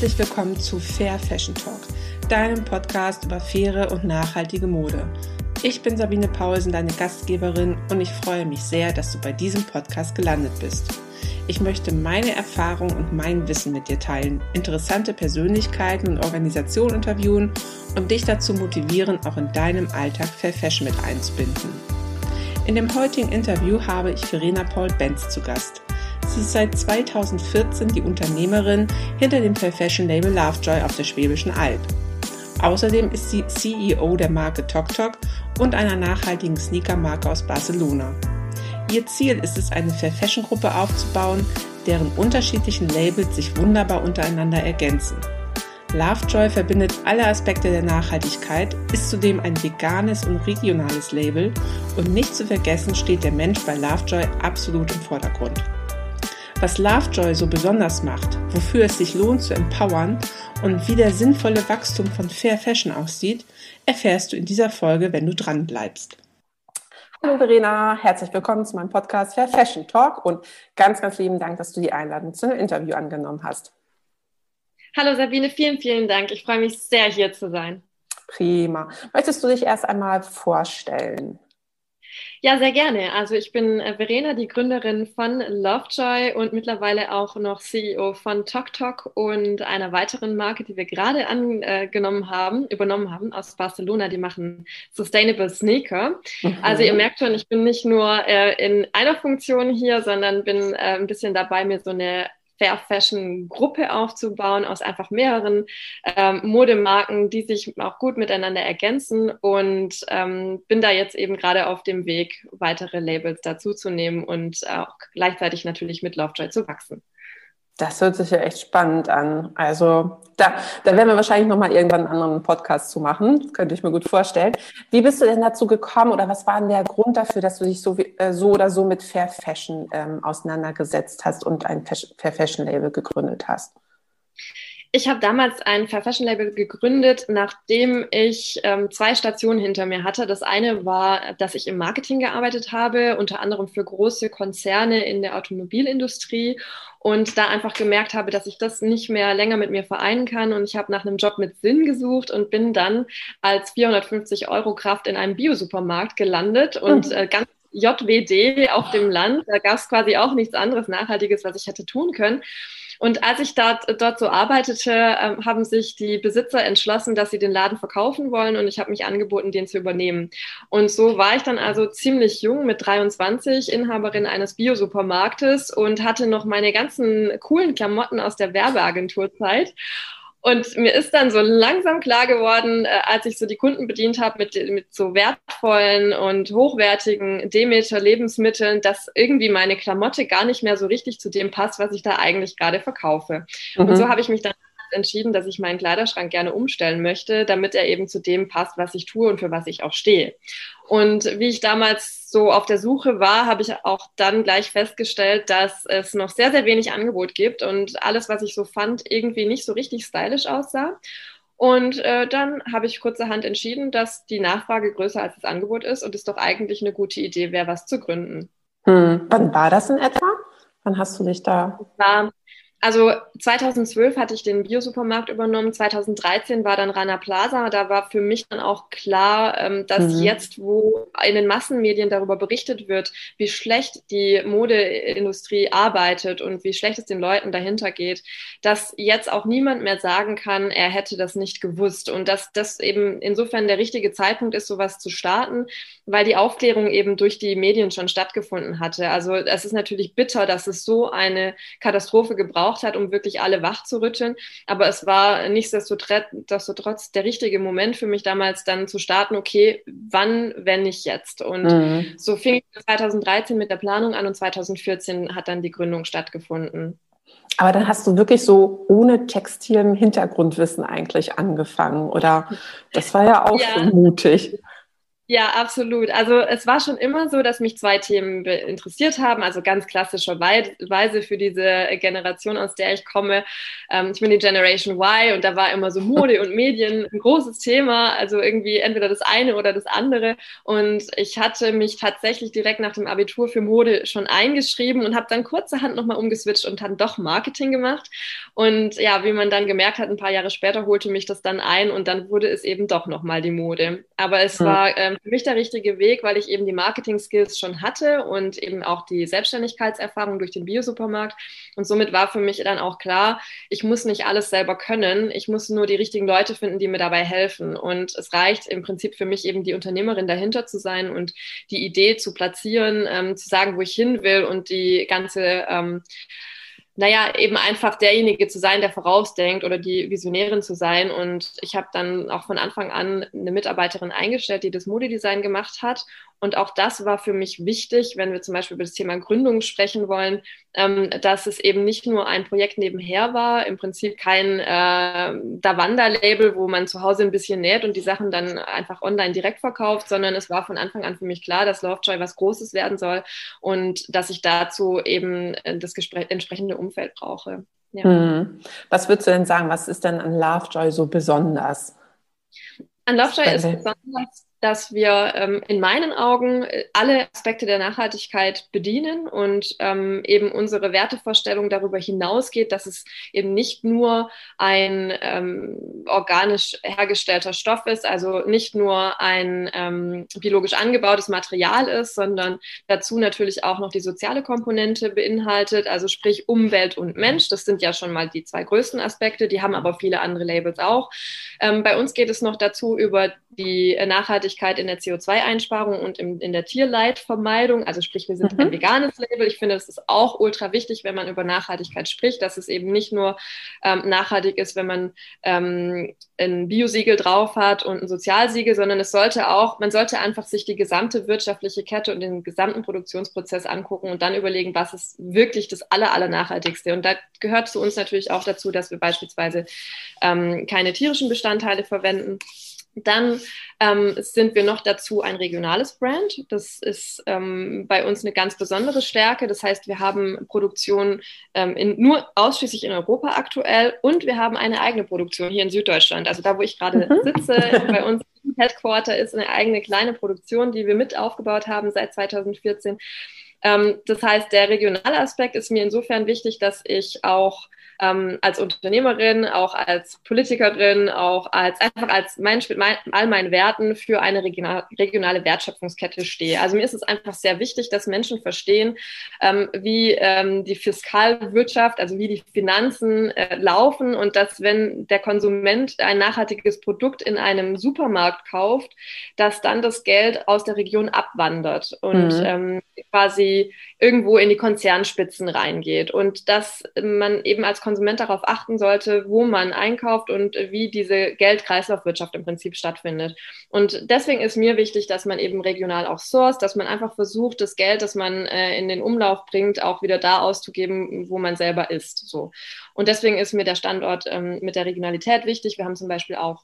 Herzlich willkommen zu Fair Fashion Talk, deinem Podcast über faire und nachhaltige Mode. Ich bin Sabine Paulsen, deine Gastgeberin, und ich freue mich sehr, dass du bei diesem Podcast gelandet bist. Ich möchte meine Erfahrung und mein Wissen mit dir teilen, interessante Persönlichkeiten und Organisationen interviewen und dich dazu motivieren, auch in deinem Alltag Fair Fashion mit einzubinden. In dem heutigen Interview habe ich Verena Paul-Benz zu Gast. Sie ist seit 2014 die Unternehmerin hinter dem Fair Fashion Label Lovejoy auf der Schwäbischen Alb. Außerdem ist sie CEO der Marke Tok Tok und einer nachhaltigen Sneaker-Marke aus Barcelona. Ihr Ziel ist es, eine Fair Fashion Gruppe aufzubauen, deren unterschiedlichen Labels sich wunderbar untereinander ergänzen. Lovejoy verbindet alle Aspekte der Nachhaltigkeit, ist zudem ein veganes und regionales Label und nicht zu vergessen steht der Mensch bei Lovejoy absolut im Vordergrund. Was Lovejoy so besonders macht, wofür es sich lohnt zu empowern und wie der sinnvolle Wachstum von Fair Fashion aussieht, erfährst du in dieser Folge, wenn du dran bleibst. Hallo Verena, herzlich willkommen zu meinem Podcast Fair Fashion Talk und ganz, ganz lieben Dank, dass du die Einladung zu einem Interview angenommen hast. Hallo Sabine, vielen, vielen Dank. Ich freue mich sehr, hier zu sein. Prima. Möchtest du dich erst einmal vorstellen? Ja, sehr gerne. Also ich bin Verena, die Gründerin von Lovejoy und mittlerweile auch noch CEO von Tok Tok und einer weiteren Marke, die wir gerade übernommen haben aus Barcelona. Die machen Sustainable Sneaker. Also ihr merkt schon, ich bin nicht nur in einer Funktion hier, sondern bin ein bisschen dabei, mir so eine Fair Fashion Gruppe aufzubauen aus einfach mehreren Modemarken, die sich auch gut miteinander ergänzen, und bin da jetzt eben gerade auf dem Weg, weitere Labels dazuzunehmen und auch gleichzeitig natürlich mit Lovejoy zu wachsen. Das hört sich ja echt spannend an. Also da werden wir wahrscheinlich nochmal irgendwann einen anderen Podcast zu machen. Das könnte ich mir gut vorstellen. Wie bist du denn dazu gekommen oder was war denn der Grund dafür, dass du dich so oder so mit Fair Fashion auseinandergesetzt hast und ein Fair Fashion Label gegründet hast? Ich habe damals ein Fair Fashion Label gegründet, nachdem ich 2 Stationen hinter mir hatte. Das eine war, dass ich im Marketing gearbeitet habe, unter anderem für große Konzerne in der Automobilindustrie, und da einfach gemerkt habe, dass ich das nicht mehr länger mit mir vereinen kann. Und ich habe nach einem Job mit Sinn gesucht und bin dann als 450-Euro-Kraft in einem Biosupermarkt gelandet und ganz JWD auf dem Land. Da gab es quasi auch nichts anderes Nachhaltiges, was ich hätte tun können. Und als ich dort so arbeitete, haben sich die Besitzer entschlossen, dass sie den Laden verkaufen wollen, und ich habe mich angeboten, den zu übernehmen. Und so war ich dann also ziemlich jung, mit 23, Inhaberin eines Biosupermarktes und hatte noch meine ganzen coolen Klamotten aus der Werbeagenturzeit. Und mir ist dann so langsam klar geworden, als ich so die Kunden bedient habe mit so wertvollen und hochwertigen Demeter-Lebensmitteln, dass irgendwie meine Klamotte gar nicht mehr so richtig zu dem passt, was ich da eigentlich gerade verkaufe. Und so habe ich mich dann entschieden, dass ich meinen Kleiderschrank gerne umstellen möchte, damit er eben zu dem passt, was ich tue und für was ich auch stehe. Und wie ich damals so auf der Suche war, habe ich auch dann gleich festgestellt, dass es noch sehr, sehr wenig Angebot gibt und alles, was ich so fand, irgendwie nicht so richtig stylisch aussah. Und dann habe ich kurzerhand entschieden, dass die Nachfrage größer als das Angebot ist und es doch eigentlich eine gute Idee wäre, was zu gründen. Wann war das in etwa? Wann hast du dich da... Also 2012 hatte ich den Biosupermarkt übernommen, 2013 war dann Rana Plaza. Da war für mich dann auch klar, dass jetzt, wo in den Massenmedien darüber berichtet wird, wie schlecht die Modeindustrie arbeitet und wie schlecht es den Leuten dahinter geht, dass jetzt auch niemand mehr sagen kann, er hätte das nicht gewusst, und dass das eben insofern der richtige Zeitpunkt ist, sowas zu starten, weil die Aufklärung eben durch die Medien schon stattgefunden hatte. Also es ist natürlich bitter, dass es so eine Katastrophe gebraucht hat, um wirklich alle wach zu rütteln. Aber es war nichtsdestotrotz der richtige Moment für mich damals, dann zu starten, okay, wann, wenn nicht jetzt? Und so fing ich 2013 mit der Planung an und 2014 hat dann die Gründung stattgefunden. Aber dann hast du wirklich so ohne textilem Hintergrundwissen eigentlich angefangen, oder? Das war ja auch schon mutig. Ja, absolut. Also es war schon immer so, dass mich zwei Themen interessiert haben. Also ganz klassischerweise für diese Generation, aus der ich komme. Ich bin die Generation Y und da war immer so Mode und Medien ein großes Thema. Also irgendwie entweder das eine oder das andere. Und ich hatte mich tatsächlich direkt nach dem Abitur für Mode schon eingeschrieben und habe dann kurzerhand nochmal umgeswitcht und dann doch Marketing gemacht. Und ja, wie man dann gemerkt hat, ein paar Jahre später holte mich das dann ein und dann wurde es eben doch nochmal die Mode. Aber es war für mich der richtige Weg, weil ich eben die Marketing-Skills schon hatte und eben auch die Selbstständigkeitserfahrung durch den Biosupermarkt. Und somit war für mich dann auch klar, ich muss nicht alles selber können. Ich muss nur die richtigen Leute finden, die mir dabei helfen. Und es reicht im Prinzip für mich eben die Unternehmerin dahinter zu sein und die Idee zu platzieren, zu sagen, wo ich hin will und die ganze naja, eben einfach derjenige zu sein, der vorausdenkt oder die Visionärin zu sein. Und ich habe dann auch von Anfang an eine Mitarbeiterin eingestellt, die das Modedesign gemacht hat. Und auch das war für mich wichtig, wenn wir zum Beispiel über das Thema Gründung sprechen wollen, dass es eben nicht nur ein Projekt nebenher war, im Prinzip kein Davanda-Label, wo man zu Hause ein bisschen näht und die Sachen dann einfach online direkt verkauft, sondern es war von Anfang an für mich klar, dass Lovejoy was Großes werden soll und dass ich dazu eben das entsprechende Umfeld brauche. Ja. Was würdest du denn sagen, was ist denn an Lovejoy so besonders? An Lovejoy ist besonders, dass wir in meinen Augen alle Aspekte der Nachhaltigkeit bedienen und eben unsere Wertevorstellung darüber hinausgeht, dass es eben nicht nur ein organisch hergestellter Stoff ist, also nicht nur ein biologisch angebautes Material ist, sondern dazu natürlich auch noch die soziale Komponente beinhaltet, also sprich Umwelt und Mensch. Das sind ja schon mal die zwei größten Aspekte, die haben aber viele andere Labels auch. Bei uns geht es noch dazu über die Nachhaltigkeit in der CO2-Einsparung und in der Tierleidvermeidung. Also sprich, wir sind ein veganes Label. Ich finde, das ist auch ultra wichtig, wenn man über Nachhaltigkeit spricht, dass es eben nicht nur nachhaltig ist, wenn man ein Biosiegel drauf hat und ein Sozialsiegel, sondern man sollte einfach sich die gesamte wirtschaftliche Kette und den gesamten Produktionsprozess angucken und dann überlegen, was ist wirklich das Nachhaltigste. Und da gehört zu uns natürlich auch dazu, dass wir beispielsweise keine tierischen Bestandteile verwenden. Dann sind wir noch dazu ein regionales Brand. Das ist bei uns eine ganz besondere Stärke. Das heißt, wir haben Produktion nur ausschließlich in Europa aktuell und wir haben eine eigene Produktion hier in Süddeutschland. Also da, wo ich gerade sitze, bei uns im Headquarter ist eine eigene kleine Produktion, die wir mit aufgebaut haben seit 2014. Das heißt, der regionale Aspekt ist mir insofern wichtig, dass ich auch als Unternehmerin, auch als Politikerin, auch einfach als Mensch mit all meinen Werten für eine regionale Wertschöpfungskette stehe. Also mir ist es einfach sehr wichtig, dass Menschen verstehen, wie die Fiskalwirtschaft, also wie die Finanzen laufen und dass, wenn der Konsument ein nachhaltiges Produkt in einem Supermarkt kauft, dass dann das Geld aus der Region abwandert und quasi irgendwo in die Konzernspitzen reingeht und dass man eben als Konsument darauf achten sollte, wo man einkauft und wie diese Geldkreislaufwirtschaft im Prinzip stattfindet. Und deswegen ist mir wichtig, dass man eben regional auch sourced, dass man einfach versucht, das Geld, das man in den Umlauf bringt, auch wieder da auszugeben, wo man selber ist. So. Und deswegen ist mir der Standort mit der Regionalität wichtig. Wir haben zum Beispiel auch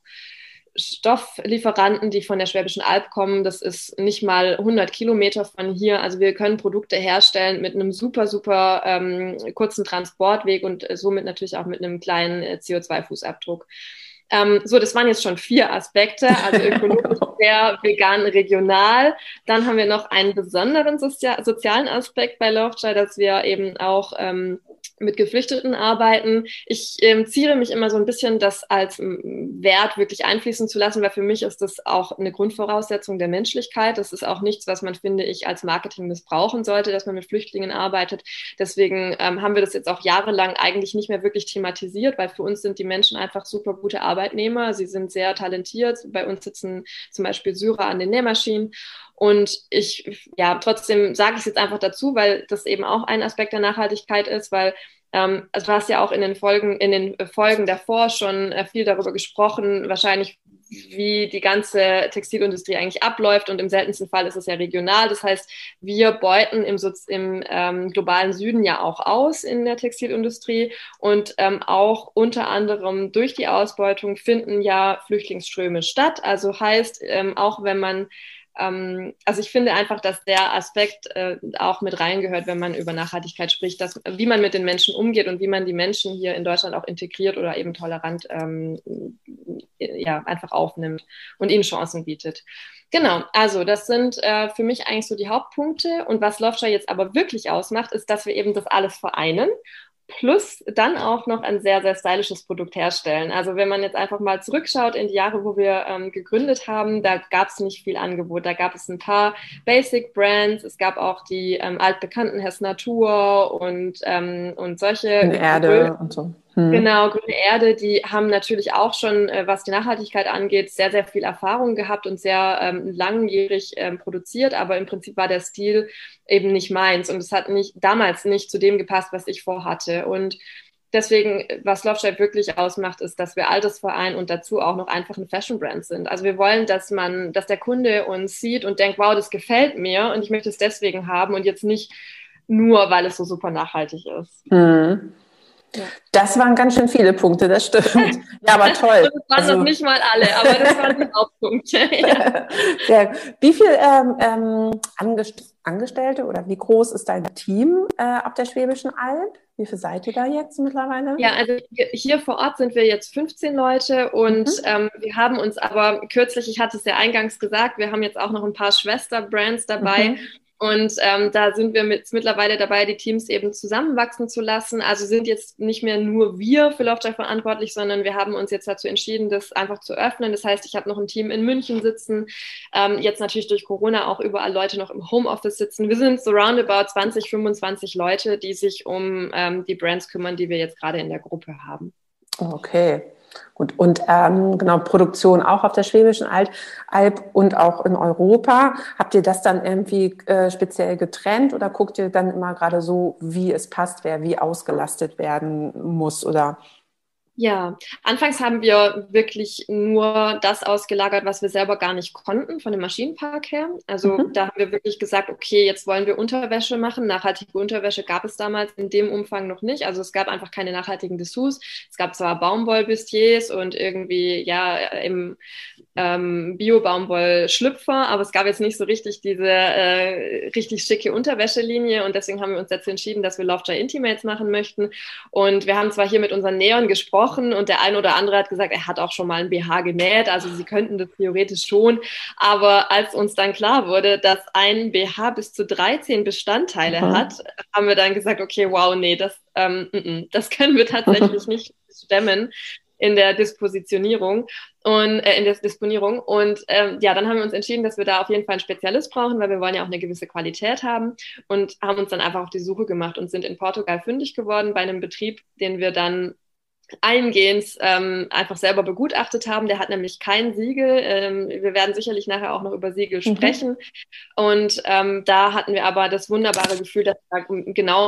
Stofflieferanten, die von der Schwäbischen Alb kommen. Das ist nicht mal 100 Kilometer von hier. Also wir können Produkte herstellen mit einem super, super kurzen Transportweg und somit natürlich auch mit einem kleinen CO2-Fußabdruck. So, das waren jetzt schon 4 Aspekte, also ökologisch, fair, vegan, regional. Dann haben wir noch einen besonderen sozialen Aspekt bei Lovejoy, dass wir eben auch mit Geflüchteten arbeiten. Ich ziere mich immer so ein bisschen, das als Wert wirklich einfließen zu lassen, weil für mich ist das auch eine Grundvoraussetzung der Menschlichkeit. Das ist auch nichts, was man, finde ich, als Marketing missbrauchen sollte, dass man mit Flüchtlingen arbeitet. Deswegen haben wir das jetzt auch jahrelang eigentlich nicht mehr wirklich thematisiert, weil für uns sind die Menschen einfach super gute Arbeitnehmer. Sie sind sehr talentiert. Bei uns sitzen zum Beispiel Syrer an den Nähmaschinen. Und trotzdem sage ich es jetzt einfach dazu, weil das eben auch ein Aspekt der Nachhaltigkeit ist, weil also du hast ja auch in den Folgen davor schon viel darüber gesprochen, wahrscheinlich wie die ganze Textilindustrie eigentlich abläuft und im seltensten Fall ist es ja regional. Das heißt, wir beuten im globalen Süden ja auch aus in der Textilindustrie und auch unter anderem durch die Ausbeutung finden ja Flüchtlingsströme statt. Also heißt, auch wenn man Also ich finde einfach, dass der Aspekt auch mit reingehört, wenn man über Nachhaltigkeit spricht, dass, wie man mit den Menschen umgeht und wie man die Menschen hier in Deutschland auch integriert oder eben tolerant einfach aufnimmt und ihnen Chancen bietet. Genau, also das sind für mich eigentlich so die Hauptpunkte. Und was Lofter jetzt aber wirklich ausmacht, ist, dass wir eben das alles vereinen. Plus dann auch noch ein sehr, sehr stylisches Produkt herstellen. Also wenn man jetzt einfach mal zurückschaut in die Jahre, wo wir gegründet haben, da gab es nicht viel Angebot. Da gab es ein paar Basic Brands. Es gab auch die altbekannten Hess Natur und solche Erde und so. Genau, Grüne Erde, die haben natürlich auch schon, was die Nachhaltigkeit angeht, sehr, sehr viel Erfahrung gehabt und sehr langjährig produziert, aber im Prinzip war der Stil eben nicht meins und es hat damals nicht zu dem gepasst, was ich vorhatte. Und deswegen, was Love Shape wirklich ausmacht, ist, dass wir all das vereinen und dazu auch noch einfach ein Fashion Brand sind. Also wir wollen, dass der Kunde uns sieht und denkt, wow, das gefällt mir und ich möchte es deswegen haben und jetzt nicht nur, weil es so super nachhaltig ist. Ja. Das waren ganz schön viele Punkte, das stimmt. Ja, aber toll. Das waren noch nicht mal alle, aber das waren die Hauptpunkte. Ja. Sehr. Wie viele Angestellte oder wie groß ist dein Team auf der Schwäbischen Alb? Wie viel seid ihr da jetzt mittlerweile? Ja, also hier vor Ort sind wir jetzt 15 Leute und wir haben uns aber kürzlich, ich hatte es ja eingangs gesagt, wir haben jetzt auch noch ein paar Schwesterbrands dabei. Und da sind wir mittlerweile dabei, die Teams eben zusammenwachsen zu lassen. Also sind jetzt nicht mehr nur wir für Lofter verantwortlich, sondern wir haben uns jetzt dazu entschieden, das einfach zu öffnen. Das heißt, ich habe noch ein Team in München sitzen, jetzt natürlich durch Corona auch überall Leute noch im Homeoffice sitzen. Wir sind so roundabout 20, 25 Leute, die sich um die Brands kümmern, die wir jetzt gerade in der Gruppe haben. Okay. Gut, und genau, Produktion auch auf der Schwäbischen Alb und auch in Europa. Habt ihr das dann irgendwie speziell getrennt oder guckt ihr dann immer gerade so, wie es passt, wer wie ausgelastet werden muss oder? Ja, anfangs haben wir wirklich nur das ausgelagert, was wir selber gar nicht konnten von dem Maschinenpark her. Also da haben wir wirklich gesagt, okay, jetzt wollen wir Unterwäsche machen. Nachhaltige Unterwäsche gab es damals in dem Umfang noch nicht. Also es gab einfach keine nachhaltigen Dessous. Es gab zwar Baumwollbustiers und irgendwie, ja, im Bio-Baumwoll-Schlüpfer, aber es gab jetzt nicht so richtig diese richtig schicke Unterwäschelinie und deswegen haben wir uns dazu entschieden, dass wir Lofter Intimates machen möchten. Und wir haben zwar hier mit unseren Nähern gesprochen und der ein oder andere hat gesagt, er hat auch schon mal ein BH genäht, also sie könnten das theoretisch schon, aber als uns dann klar wurde, dass ein BH bis zu 13 Bestandteile hat, haben wir dann gesagt, okay, wow, nee, das können wir tatsächlich nicht stemmen in der Dispositionierung und in der Disponierung. Und dann haben wir uns entschieden, dass wir da auf jeden Fall einen Spezialist brauchen, weil wir wollen ja auch eine gewisse Qualität haben und haben uns dann einfach auf die Suche gemacht und sind in Portugal fündig geworden bei einem Betrieb, den wir dann eingehend einfach selber begutachtet haben. Der hat nämlich kein Siegel. Wir werden sicherlich nachher auch noch über Siegel sprechen. Und da hatten wir aber das wunderbare Gefühl, dass wir genau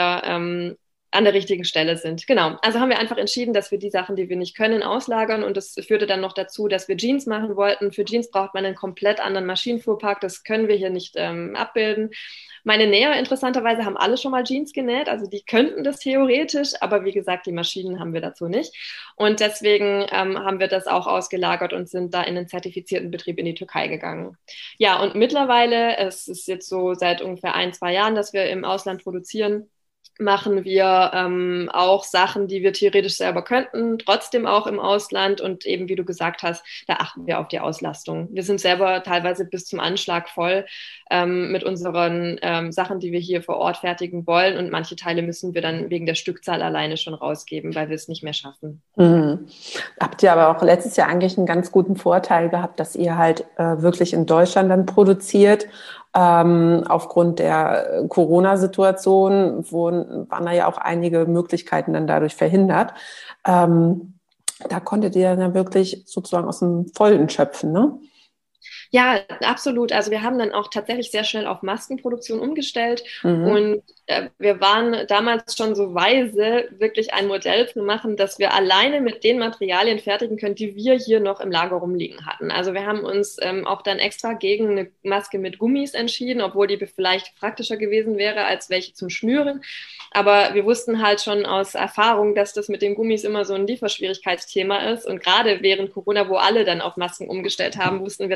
an der richtigen Stelle sind. Genau. Also haben wir einfach entschieden, dass wir die Sachen, die wir nicht können, auslagern. Und das führte dann noch dazu, dass wir Jeans machen wollten. Für Jeans braucht man einen komplett anderen Maschinenfuhrpark. Das können wir hier nicht abbilden. Meine Näher interessanterweise haben alle schon mal Jeans genäht, also die könnten das theoretisch, aber wie gesagt, die Maschinen haben wir dazu nicht. Und deswegen haben wir das auch ausgelagert und sind da in einen zertifizierten Betrieb in die Türkei gegangen. Ja, und mittlerweile, es ist jetzt so seit ungefähr 1-2 Jahren, dass wir im Ausland produzieren, machen wir auch Sachen, die wir theoretisch selber könnten, trotzdem auch im Ausland und eben, wie du gesagt hast, da achten wir auf die Auslastung. Wir sind selber teilweise bis zum Anschlag voll mit unseren Sachen, die wir hier vor Ort fertigen wollen und manche Teile müssen wir dann wegen der Stückzahl alleine schon rausgeben, weil wir es nicht mehr schaffen. Habt ihr aber auch letztes Jahr eigentlich einen ganz guten Vorteil gehabt, dass ihr halt wirklich in Deutschland dann produziert. Aufgrund der Corona-Situation waren da ja auch einige Möglichkeiten dann dadurch verhindert. Da konntet ihr dann wirklich sozusagen aus dem Vollen schöpfen, ne? Ja, absolut. Also wir haben dann auch tatsächlich sehr schnell auf Maskenproduktion umgestellt und wir waren damals schon so weise, wirklich ein Modell zu machen, dass wir alleine mit den Materialien fertigen können, die wir hier noch im Lager rumliegen hatten. Also wir haben uns auch dann extra gegen eine Maske mit Gummis entschieden, obwohl die vielleicht praktischer gewesen wäre als welche zum Schnüren. Aber wir wussten halt schon aus Erfahrung, dass das mit den Gummis immer so ein Lieferschwierigkeitsthema ist. Und gerade während Corona, wo alle dann auf Masken umgestellt haben, wussten wir, dass wir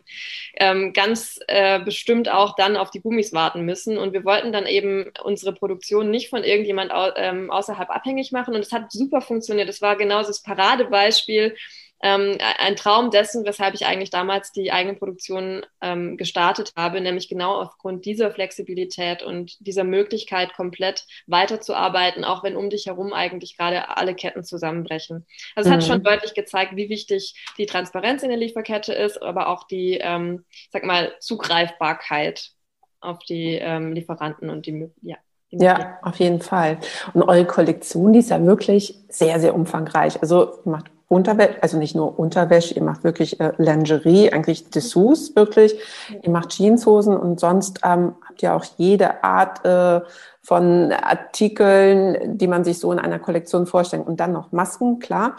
ganz bestimmt auch dann auf die Gummis warten müssen. Und wir wollten dann eben unsere Produktion nicht von irgendjemand außerhalb abhängig machen. Und es hat super funktioniert. Es war genauso das Paradebeispiel, ein Traum dessen, weshalb ich eigentlich damals die eigene Produktion gestartet habe, nämlich genau aufgrund dieser Flexibilität und dieser Möglichkeit, komplett weiterzuarbeiten, auch wenn um dich herum eigentlich gerade alle Ketten zusammenbrechen. Also es hat schon deutlich gezeigt, wie wichtig die Transparenz in der Lieferkette ist, aber auch die, sag mal, Zugreifbarkeit auf die Lieferanten und die, ja. Ja, auf jeden Fall. Und eure Kollektion, die ist ja wirklich sehr, sehr umfangreich. Also ihr macht Unterwäsche, also nicht nur Unterwäsche, ihr macht wirklich Lingerie, eigentlich Dessous wirklich. Ihr macht Jeanshosen und sonst habt ihr auch jede Art von Artikeln, die man sich so in einer Kollektion vorstellt. Und dann noch Masken, klar.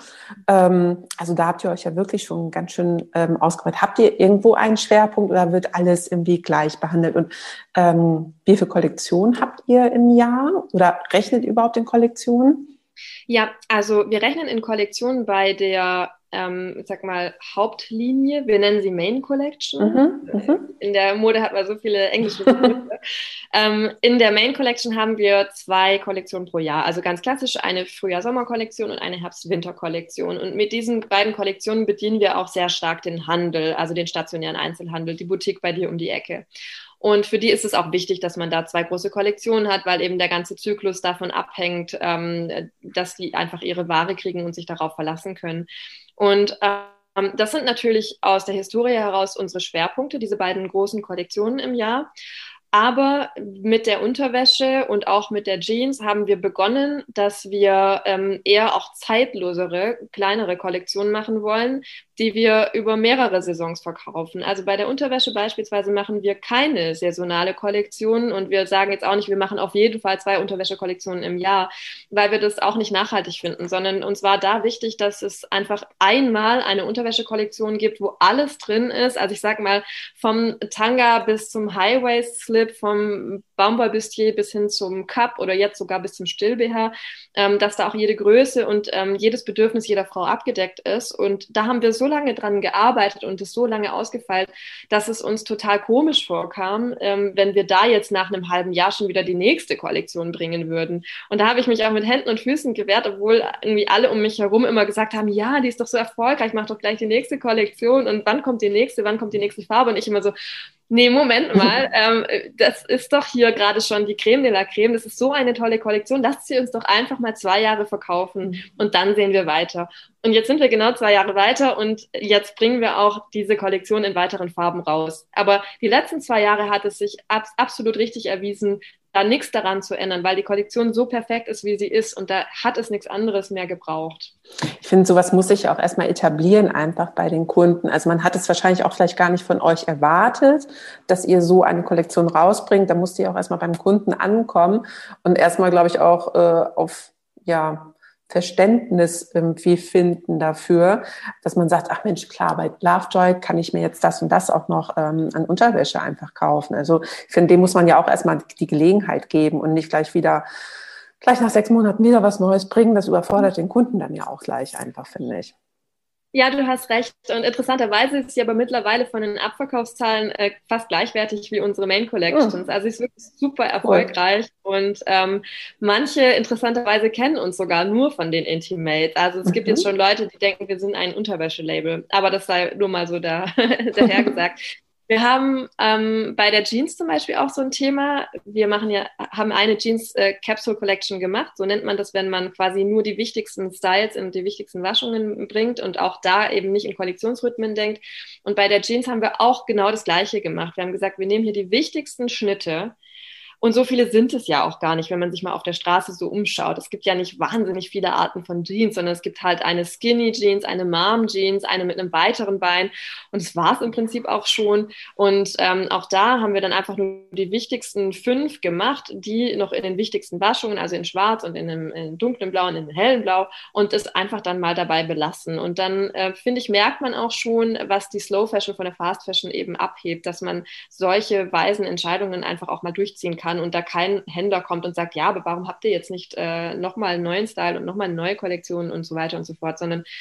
Also da habt ihr euch ja wirklich schon ganz schön ausgeweitet. Habt ihr irgendwo einen Schwerpunkt oder wird alles irgendwie gleich behandelt? Und wie viele Kollektionen habt ihr im Jahr oder rechnet ihr überhaupt in Kollektionen? Ja, also wir rechnen in Kollektionen bei der, sag mal, Hauptlinie. Wir nennen sie Main Collection. In der Mode hat man so viele englische Begriffe. In der Main Collection haben wir 2 Kollektionen pro Jahr. Also ganz klassisch eine Frühjahr-Sommer-Kollektion und eine Herbst-Winter-Kollektion. Und mit diesen beiden Kollektionen bedienen wir auch sehr stark den Handel, also den stationären Einzelhandel, die Boutique bei dir um die Ecke. Und für die ist es auch wichtig, dass man da 2 große Kollektionen hat, weil eben der ganze Zyklus davon abhängt, dass die einfach ihre Ware kriegen und sich darauf verlassen können. Und das sind natürlich aus der Historie heraus unsere Schwerpunkte, diese beiden großen Kollektionen im Jahr. Aber mit der Unterwäsche und auch mit der Jeans haben wir begonnen, dass wir eher auch zeitlosere, kleinere Kollektionen machen wollen, die wir über mehrere Saisons verkaufen. Also bei der Unterwäsche beispielsweise machen wir keine saisonale Kollektion und wir sagen jetzt auch nicht, wir machen auf jeden Fall 2 Unterwäsche-Kollektionen im Jahr, weil wir das auch nicht nachhaltig finden, sondern uns war da wichtig, dass es einfach einmal eine Unterwäsche-Kollektion gibt, wo alles drin ist. Also ich sag mal, vom Tanga bis zum High-Waist-Slip, vom Baumwollbustier bis hin zum Cup oder jetzt sogar bis zum Still-BH, dass da auch jede Größe und jedes Bedürfnis jeder Frau abgedeckt ist. Und da haben wir so lange dran gearbeitet und es so lange ausgefeilt, dass es uns total komisch vorkam, wenn wir da jetzt nach einem halben Jahr schon wieder die nächste Kollektion bringen würden. Und da habe ich mich auch mit Händen und Füßen gewehrt, obwohl irgendwie alle um mich herum immer gesagt haben, ja, die ist doch so erfolgreich, mach doch gleich die nächste Kollektion und wann kommt die nächste Farbe? Und ich immer so, nee, Moment mal, das ist doch hier gerade schon die Creme de la Creme, das ist so eine tolle Kollektion, lasst sie uns doch einfach mal 2 Jahre verkaufen und dann sehen wir weiter. Und jetzt sind wir genau 2 Jahre weiter und jetzt bringen wir auch diese Kollektion in weiteren Farben raus. Aber die letzten 2 Jahre hat es sich absolut richtig erwiesen, da nichts daran zu ändern, weil die Kollektion so perfekt ist, wie sie ist und da hat es nichts anderes mehr gebraucht. Ich finde, sowas muss sich auch erstmal etablieren einfach bei den Kunden. Also man hat es wahrscheinlich auch vielleicht gar nicht von euch erwartet, dass ihr so eine Kollektion rausbringt. Da muss die auch erstmal beim Kunden ankommen und erstmal, glaube ich, auch auf Verständnis irgendwie finden dafür, dass man sagt, ach Mensch, klar, bei Lovejoy kann ich mir jetzt das und das auch noch an Unterwäsche einfach kaufen. Also ich finde, dem muss man ja auch erstmal die Gelegenheit geben und nicht gleich nach 6 Monaten wieder was Neues bringen. Das überfordert den Kunden dann ja auch gleich einfach, finde ich. Ja, du hast recht. Und interessanterweise ist sie aber mittlerweile von den Abverkaufszahlen fast gleichwertig wie unsere Main Collections. Also sie ist wirklich super erfolgreich. Und manche interessanterweise kennen uns sogar nur von den Intimates. Also es gibt jetzt schon Leute, die denken, wir sind ein Unterwäschelabel. Aber das sei nur mal so daher gesagt. Wir haben bei der Jeans zum Beispiel auch so ein Thema. Wir haben eine Jeans Capsule Collection gemacht. So nennt man das, wenn man quasi nur die wichtigsten Styles und die wichtigsten Waschungen bringt und auch da eben nicht in Kollektionsrhythmen denkt. Und bei der Jeans haben wir auch genau das Gleiche gemacht. Wir haben gesagt, wir nehmen hier die wichtigsten Schnitte. Und so viele sind es ja auch gar nicht, wenn man sich mal auf der Straße so umschaut. Es gibt ja nicht wahnsinnig viele Arten von Jeans, sondern es gibt halt eine Skinny Jeans, eine Mom Jeans, eine mit einem weiteren Bein. Und das war es im Prinzip auch schon. Und auch da haben wir dann einfach nur die wichtigsten 5 gemacht, die noch in den wichtigsten Waschungen, also in Schwarz und in einem dunklen Blau und in einem hellen Blau und es einfach dann mal dabei belassen. Und dann, finde ich, merkt man auch schon, was die Slow Fashion von der Fast Fashion eben abhebt, dass man solche weisen Entscheidungen einfach auch mal durchziehen kann und da kein Händler kommt und sagt, ja, aber warum habt ihr jetzt nicht nochmal einen neuen Style und nochmal eine neue Kollektion und so weiter und so fort, sondern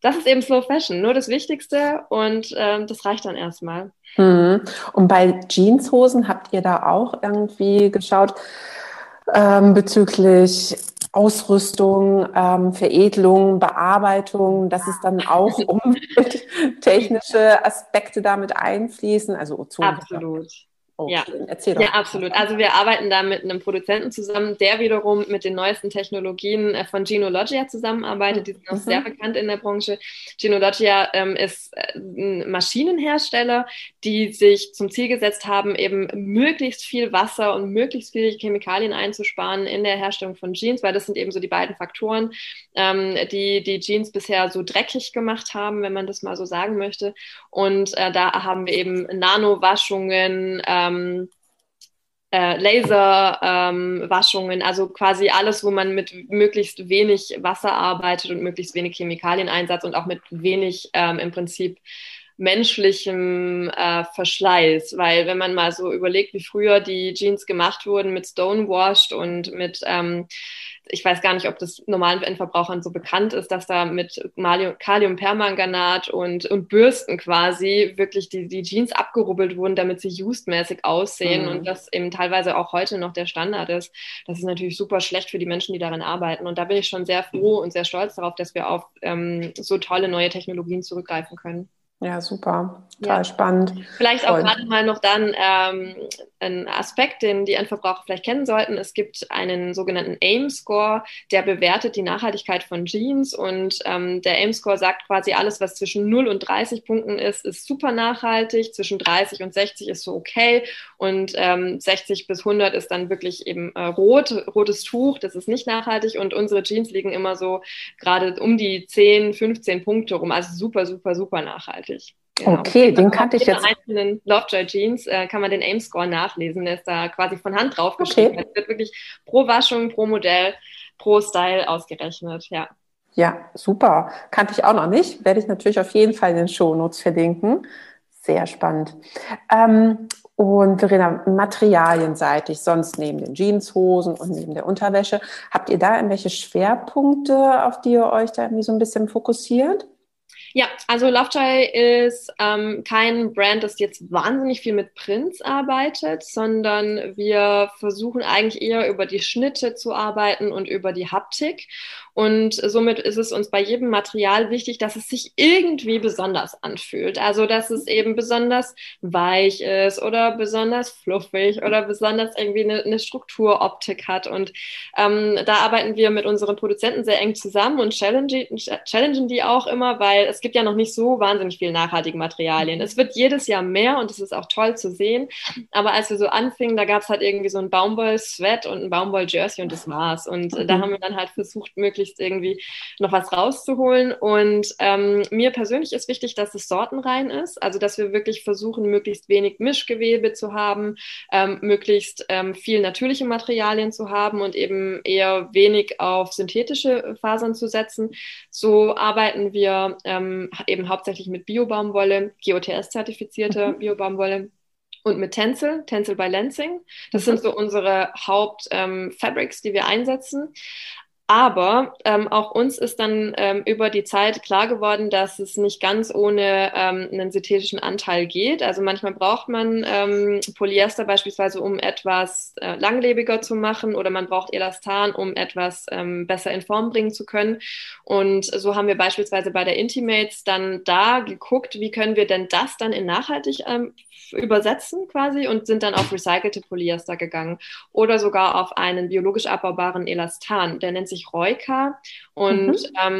das ist eben Slow Fashion, nur das Wichtigste und das reicht dann erstmal. Mhm. Und bei Jeanshosen habt ihr da auch irgendwie geschaut, bezüglich Ausrüstung, Veredelung, Bearbeitung, dass es dann auch umwelttechnische Aspekte damit einfließen, also Ozon. Absolut. Ja. Okay, erzähl doch. Ja, absolut. Also wir arbeiten da mit einem Produzenten zusammen, der wiederum mit den neuesten Technologien von Gino-Logia zusammenarbeitet. Die sind auch sehr bekannt in der Branche. Gino-Logia ist ein Maschinenhersteller, die sich zum Ziel gesetzt haben, eben möglichst viel Wasser und möglichst viele Chemikalien einzusparen in der Herstellung von Jeans, weil das sind eben so die beiden Faktoren, die Jeans bisher so dreckig gemacht haben, wenn man das mal so sagen möchte. Und da haben wir eben Nano-Waschungen, Laserwaschungen, also quasi alles, wo man mit möglichst wenig Wasser arbeitet und möglichst wenig Chemikalieneinsatz und auch mit wenig im Prinzip menschlichem Verschleiß, weil wenn man mal so überlegt, wie früher die Jeans gemacht wurden mit Stonewashed und mit ich weiß gar nicht, ob das normalen Endverbrauchern so bekannt ist, dass da mit Kaliumpermanganat und Bürsten quasi wirklich die Jeans abgerubbelt wurden, damit sie used-mäßig aussehen und das eben teilweise auch heute noch der Standard ist. Das ist natürlich super schlecht für die Menschen, die darin arbeiten. Und da bin ich schon sehr froh und sehr stolz darauf, dass wir auf so tolle neue Technologien zurückgreifen können. Ja, super. Total spannend. Vielleicht auch gerade mal noch dann ein Aspekt, den die Endverbraucher vielleicht kennen sollten. Es gibt einen sogenannten AIM-Score, der bewertet die Nachhaltigkeit von Jeans und der AIM-Score sagt quasi, alles, was zwischen 0 und 30 Punkten ist super nachhaltig, zwischen 30 und 60 ist so okay und 60 bis 100 ist dann wirklich eben rotes Tuch, das ist nicht nachhaltig und unsere Jeans liegen immer so gerade um die 10, 15 Punkte rum, also super, super, super nachhaltig. Genau. Okay, den kannte ich jetzt. In einzelnen Lovejoy Jeans kann man den AIM-Score nachlesen. Der ist da quasi von Hand draufgeschrieben. Okay. Es wird wirklich pro Waschung, pro Modell, pro Style ausgerechnet. Ja. Ja, super. Kannte ich auch noch nicht. Werde ich natürlich auf jeden Fall in den Shownotes verlinken. Sehr spannend. Und Verena, materialienseitig, sonst neben den Jeanshosen und neben der Unterwäsche, habt ihr da irgendwelche Schwerpunkte, auf die ihr euch da irgendwie so ein bisschen fokussiert? Ja, also Lovejoy ist kein Brand, das jetzt wahnsinnig viel mit Prints arbeitet, sondern wir versuchen eigentlich eher über die Schnitte zu arbeiten und über die Haptik. Und somit ist es uns bei jedem Material wichtig, dass es sich irgendwie besonders anfühlt. Also, dass es eben besonders weich ist oder besonders fluffig oder besonders irgendwie eine Strukturoptik hat. Und da arbeiten wir mit unseren Produzenten sehr eng zusammen und challengen die auch immer, weil es gibt ja noch nicht so wahnsinnig viele nachhaltige Materialien. Es wird jedes Jahr mehr und es ist auch toll zu sehen. Aber als wir so anfingen, da gab es halt irgendwie so ein Baumwoll-Sweat und ein Baumwoll-Jersey und das war's. Und da haben wir dann halt versucht, möglichst irgendwie noch was rauszuholen. Und mir persönlich ist wichtig, dass es sortenrein ist. Also, dass wir wirklich versuchen, möglichst wenig Mischgewebe zu haben, möglichst viel natürliche Materialien zu haben und eben eher wenig auf synthetische Fasern zu setzen. So arbeiten wir eben hauptsächlich mit Bio-Baumwolle, GOTS-zertifizierte Bio-Baumwolle. Und mit Tencel by Lansing. Das sind so unsere Haupt-Fabrics, die wir einsetzen. Aber auch uns ist dann über die Zeit klar geworden, dass es nicht ganz ohne einen synthetischen Anteil geht. Also manchmal braucht man Polyester beispielsweise, um etwas langlebiger zu machen, oder man braucht Elastan, um etwas besser in Form bringen zu können. Und so haben wir beispielsweise bei der Intimates dann da geguckt, wie können wir denn das dann in nachhaltig übersetzen quasi, und sind dann auf recycelte Polyester gegangen oder sogar auf einen biologisch abbaubaren Elastan. Der nennt sich Reuka und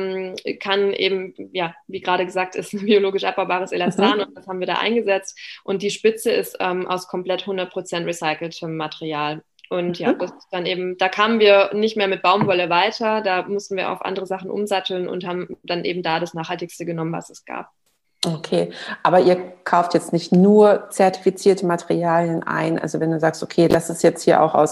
kann eben, ja, wie gerade gesagt, ist ein biologisch abbaubares Elastan und das haben wir da eingesetzt. Und die Spitze ist aus komplett 100% recyceltem Material. Und ja, das ist dann eben, da kamen wir nicht mehr mit Baumwolle weiter, da mussten wir auf andere Sachen umsatteln und haben dann eben da das Nachhaltigste genommen, was es gab. Okay, aber ihr kauft jetzt nicht nur zertifizierte Materialien ein. Also wenn du sagst, okay, das ist jetzt hier auch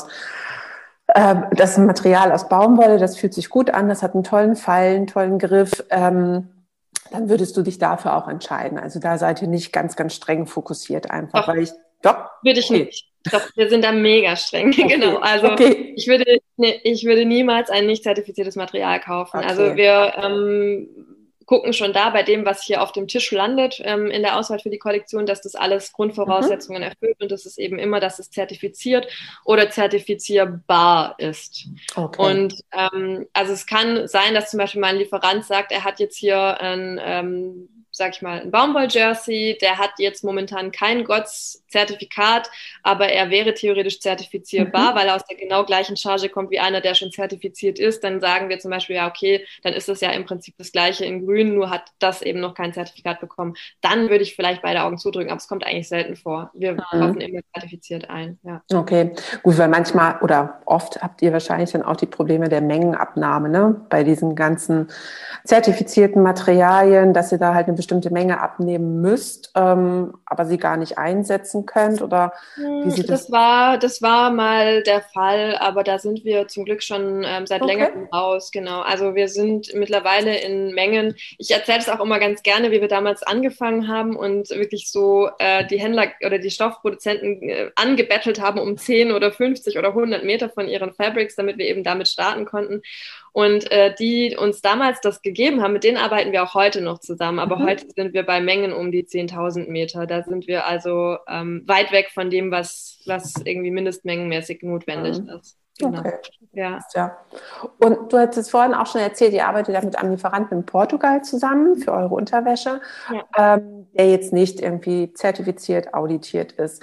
das Material aus Baumwolle, das fühlt sich gut an, das hat einen tollen Fall, einen tollen Griff, dann würdest du dich dafür auch entscheiden. Also da seid ihr nicht ganz, ganz streng fokussiert einfach, weil ich, würde ich nicht. Doch, wir sind da mega streng, genau. Also ich würde niemals ein nicht zertifiziertes Material kaufen. Also wir gucken schon da bei dem, was hier auf dem Tisch landet, in der Auswahl für die Kollektion, dass das alles Grundvoraussetzungen erfüllt und das ist eben immer, dass es zertifiziert oder zertifizierbar ist. Okay. Und also es kann sein, dass zum Beispiel mein Lieferant sagt, er hat jetzt hier ein sag ich mal, ein Baumwoll-Jersey, der hat jetzt momentan kein GOTS-Zertifikat, aber er wäre theoretisch zertifizierbar, weil er aus der genau gleichen Charge kommt wie einer, der schon zertifiziert ist. Dann sagen wir zum Beispiel, ja, okay, dann ist es ja im Prinzip das Gleiche in Grün, nur hat das eben noch kein Zertifikat bekommen. Dann würde ich vielleicht beide Augen zudrücken, aber es kommt eigentlich selten vor. Wir kaufen immer zertifiziert ein. Ja. Okay, gut, weil manchmal oder oft habt ihr wahrscheinlich dann auch die Probleme der Mengenabnahme, ne? Bei diesen ganzen zertifizierten Materialien, dass ihr da halt eine bestimmte Menge abnehmen müsst, aber sie gar nicht einsetzen könnt, oder wie sieht das? Das war mal der Fall, aber da sind wir zum Glück schon seit längerem raus, genau. Also wir sind mittlerweile in Mengen. Ich erzähle es auch immer ganz gerne, wie wir damals angefangen haben und wirklich so die Händler oder die Stoffproduzenten angebettelt haben um 10 oder 50 oder 100 Meter von ihren Fabrics, damit wir eben damit starten konnten. Und die uns damals das gegeben haben, mit denen arbeiten wir auch heute noch zusammen. Aber heute sind wir bei Mengen um die 10.000 Meter. Da sind wir also weit weg von dem, was irgendwie mindestmengenmäßig notwendig ist. Genau. Okay. Ja. Und du hattest vorhin auch schon erzählt, ihr arbeitet ja mit einem Lieferanten in Portugal zusammen für eure Unterwäsche, der jetzt nicht irgendwie zertifiziert, auditiert ist.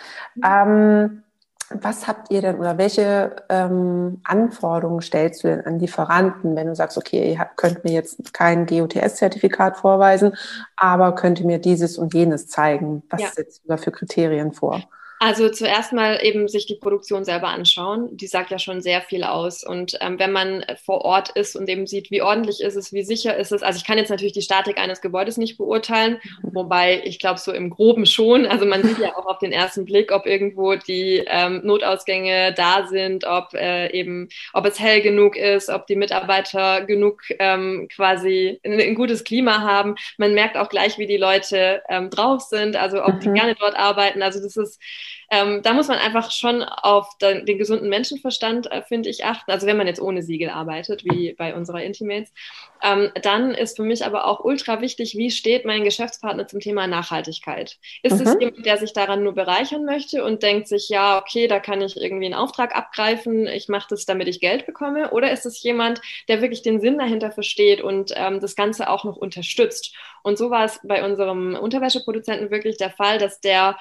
Was habt ihr denn oder welche Anforderungen stellst du denn an Lieferanten, wenn du sagst, okay, ihr könnt mir jetzt kein GOTS-Zertifikat vorweisen, aber könnt ihr mir dieses und jenes zeigen? Was setzt du da für Kriterien vor? Also zuerst mal eben sich die Produktion selber anschauen. Die sagt ja schon sehr viel aus. Und wenn man vor Ort ist und eben sieht, wie ordentlich ist es, wie sicher ist es. Also ich kann jetzt natürlich die Statik eines Gebäudes nicht beurteilen, wobei ich glaube so im Groben schon. Also man sieht ja auch auf den ersten Blick, ob irgendwo die Notausgänge da sind, ob es hell genug ist, ob die Mitarbeiter genug quasi ein gutes Klima haben. Man merkt auch gleich, wie die Leute drauf sind, also ob die gerne dort arbeiten. Also das ist da muss man einfach schon auf den gesunden Menschenverstand, finde ich, achten. Also wenn man jetzt ohne Siegel arbeitet, wie bei unserer Intimates. Dann ist für mich aber auch ultra wichtig, wie steht mein Geschäftspartner zum Thema Nachhaltigkeit? Ist es jemand, der sich daran nur bereichern möchte und denkt sich, ja, okay, da kann ich irgendwie einen Auftrag abgreifen, ich mache das, damit ich Geld bekomme? Oder ist es jemand, der wirklich den Sinn dahinter versteht und das Ganze auch noch unterstützt? Und so war es bei unserem Unterwäscheproduzenten wirklich der Fall, dass der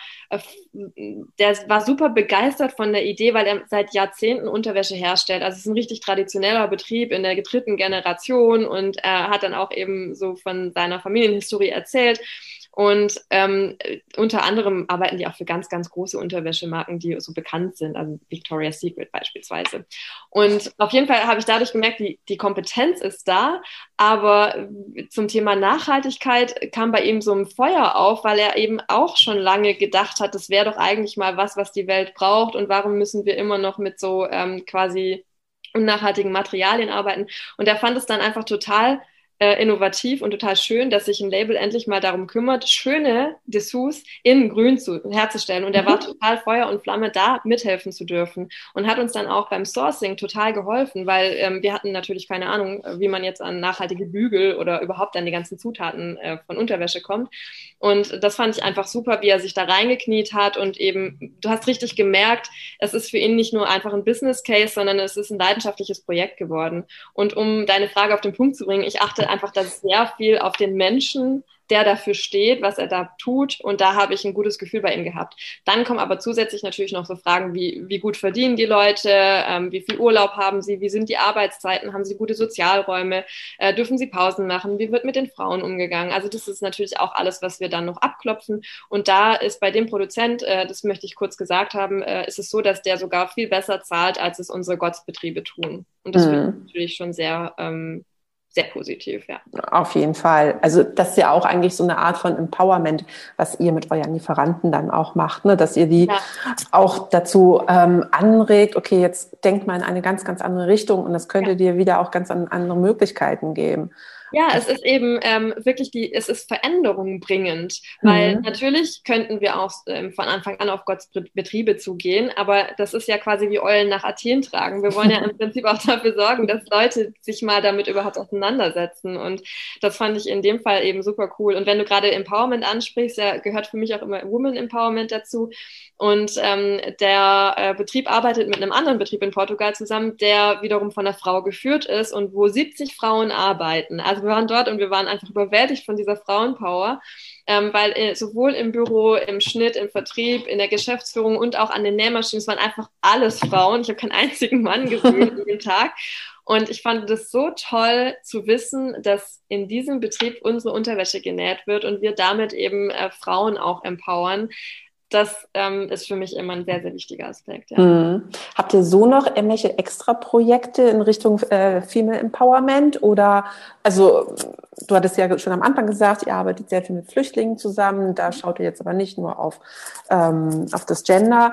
war super begeistert von der Idee, weil er seit Jahrzehnten Unterwäsche herstellt. Also es ist ein richtig traditioneller Betrieb in der dritten Generation und er hat dann auch eben so von seiner Familienhistorie erzählt. Und unter anderem arbeiten die auch für ganz, ganz große Unterwäschemarken, die so bekannt sind, also Victoria's Secret beispielsweise. Und auf jeden Fall habe ich dadurch gemerkt, die Kompetenz ist da, aber zum Thema Nachhaltigkeit kam bei ihm so ein Feuer auf, weil er eben auch schon lange gedacht hat, das wäre doch eigentlich mal was die Welt braucht und warum müssen wir immer noch mit so quasi unnachhaltigen Materialien arbeiten. Und er fand es dann einfach total innovativ und total schön, dass sich ein Label endlich mal darum kümmert, schöne Dessous in Grün herzustellen. Und er war total Feuer und Flamme, da mithelfen zu dürfen und hat uns dann auch beim Sourcing total geholfen, weil wir hatten natürlich keine Ahnung, wie man jetzt an nachhaltige Bügel oder überhaupt an die ganzen Zutaten von Unterwäsche kommt. Und das fand ich einfach super, wie er sich da reingekniet hat und eben, du hast richtig gemerkt, es ist für ihn nicht nur einfach ein Business Case, sondern es ist ein leidenschaftliches Projekt geworden. Und um deine Frage auf den Punkt zu bringen, ich achte einfach da sehr viel auf den Menschen, der dafür steht, was er da tut. Und da habe ich ein gutes Gefühl bei ihm gehabt. Dann kommen aber zusätzlich natürlich noch so Fragen wie gut verdienen die Leute, wie viel Urlaub haben sie, wie sind die Arbeitszeiten, haben sie gute Sozialräume, dürfen sie Pausen machen, wie wird mit den Frauen umgegangen. Also das ist natürlich auch alles, was wir dann noch abklopfen. Und da ist bei dem Produzent, das möchte ich kurz gesagt haben, ist es so, dass der sogar viel besser zahlt, als es unsere Gottesbetriebe tun. Und das finde ich natürlich schon sehr positiv, ja. Auf jeden Fall. Also das ist ja auch eigentlich so eine Art von Empowerment, was ihr mit euren Lieferanten dann auch macht, ne? Dass ihr die auch dazu anregt, okay, jetzt denkt mal in eine ganz, ganz andere Richtung und das könnte dir wieder auch ganz andere Möglichkeiten geben. Ja, es ist eben wirklich es ist Veränderung bringend, weil Mhm. natürlich könnten wir auch von Anfang an auf Gottes Betriebe zugehen, aber das ist ja quasi wie Eulen nach Athen tragen. Wir wollen ja im Prinzip auch dafür sorgen, dass Leute sich mal damit überhaupt auseinandersetzen und das fand ich in dem Fall eben super cool. Und wenn du gerade Empowerment ansprichst, ja, gehört für mich auch immer Women Empowerment dazu. Und der Betrieb arbeitet mit einem anderen Betrieb in Portugal zusammen, der wiederum von einer Frau geführt ist und wo 70 Frauen arbeiten. Also wir waren dort und wir waren einfach überwältigt von dieser Frauenpower, weil sowohl im Büro, im Schnitt, im Vertrieb, in der Geschäftsführung und auch an den Nähmaschinen, es waren einfach alles Frauen. Ich habe keinen einzigen Mann gesehen an dem Tag. Und ich fand das so toll zu wissen, dass in diesem Betrieb unsere Unterwäsche genäht wird und wir damit eben Frauen auch empowern. Das ist für mich immer ein sehr, sehr wichtiger Aspekt, ja. Mhm. Habt ihr so noch irgendwelche Extra-Projekte in Richtung Female Empowerment? Oder, also, du hattest ja schon am Anfang gesagt, ihr arbeitet sehr viel mit Flüchtlingen zusammen. Da schaut ihr jetzt aber nicht nur auf das Gender.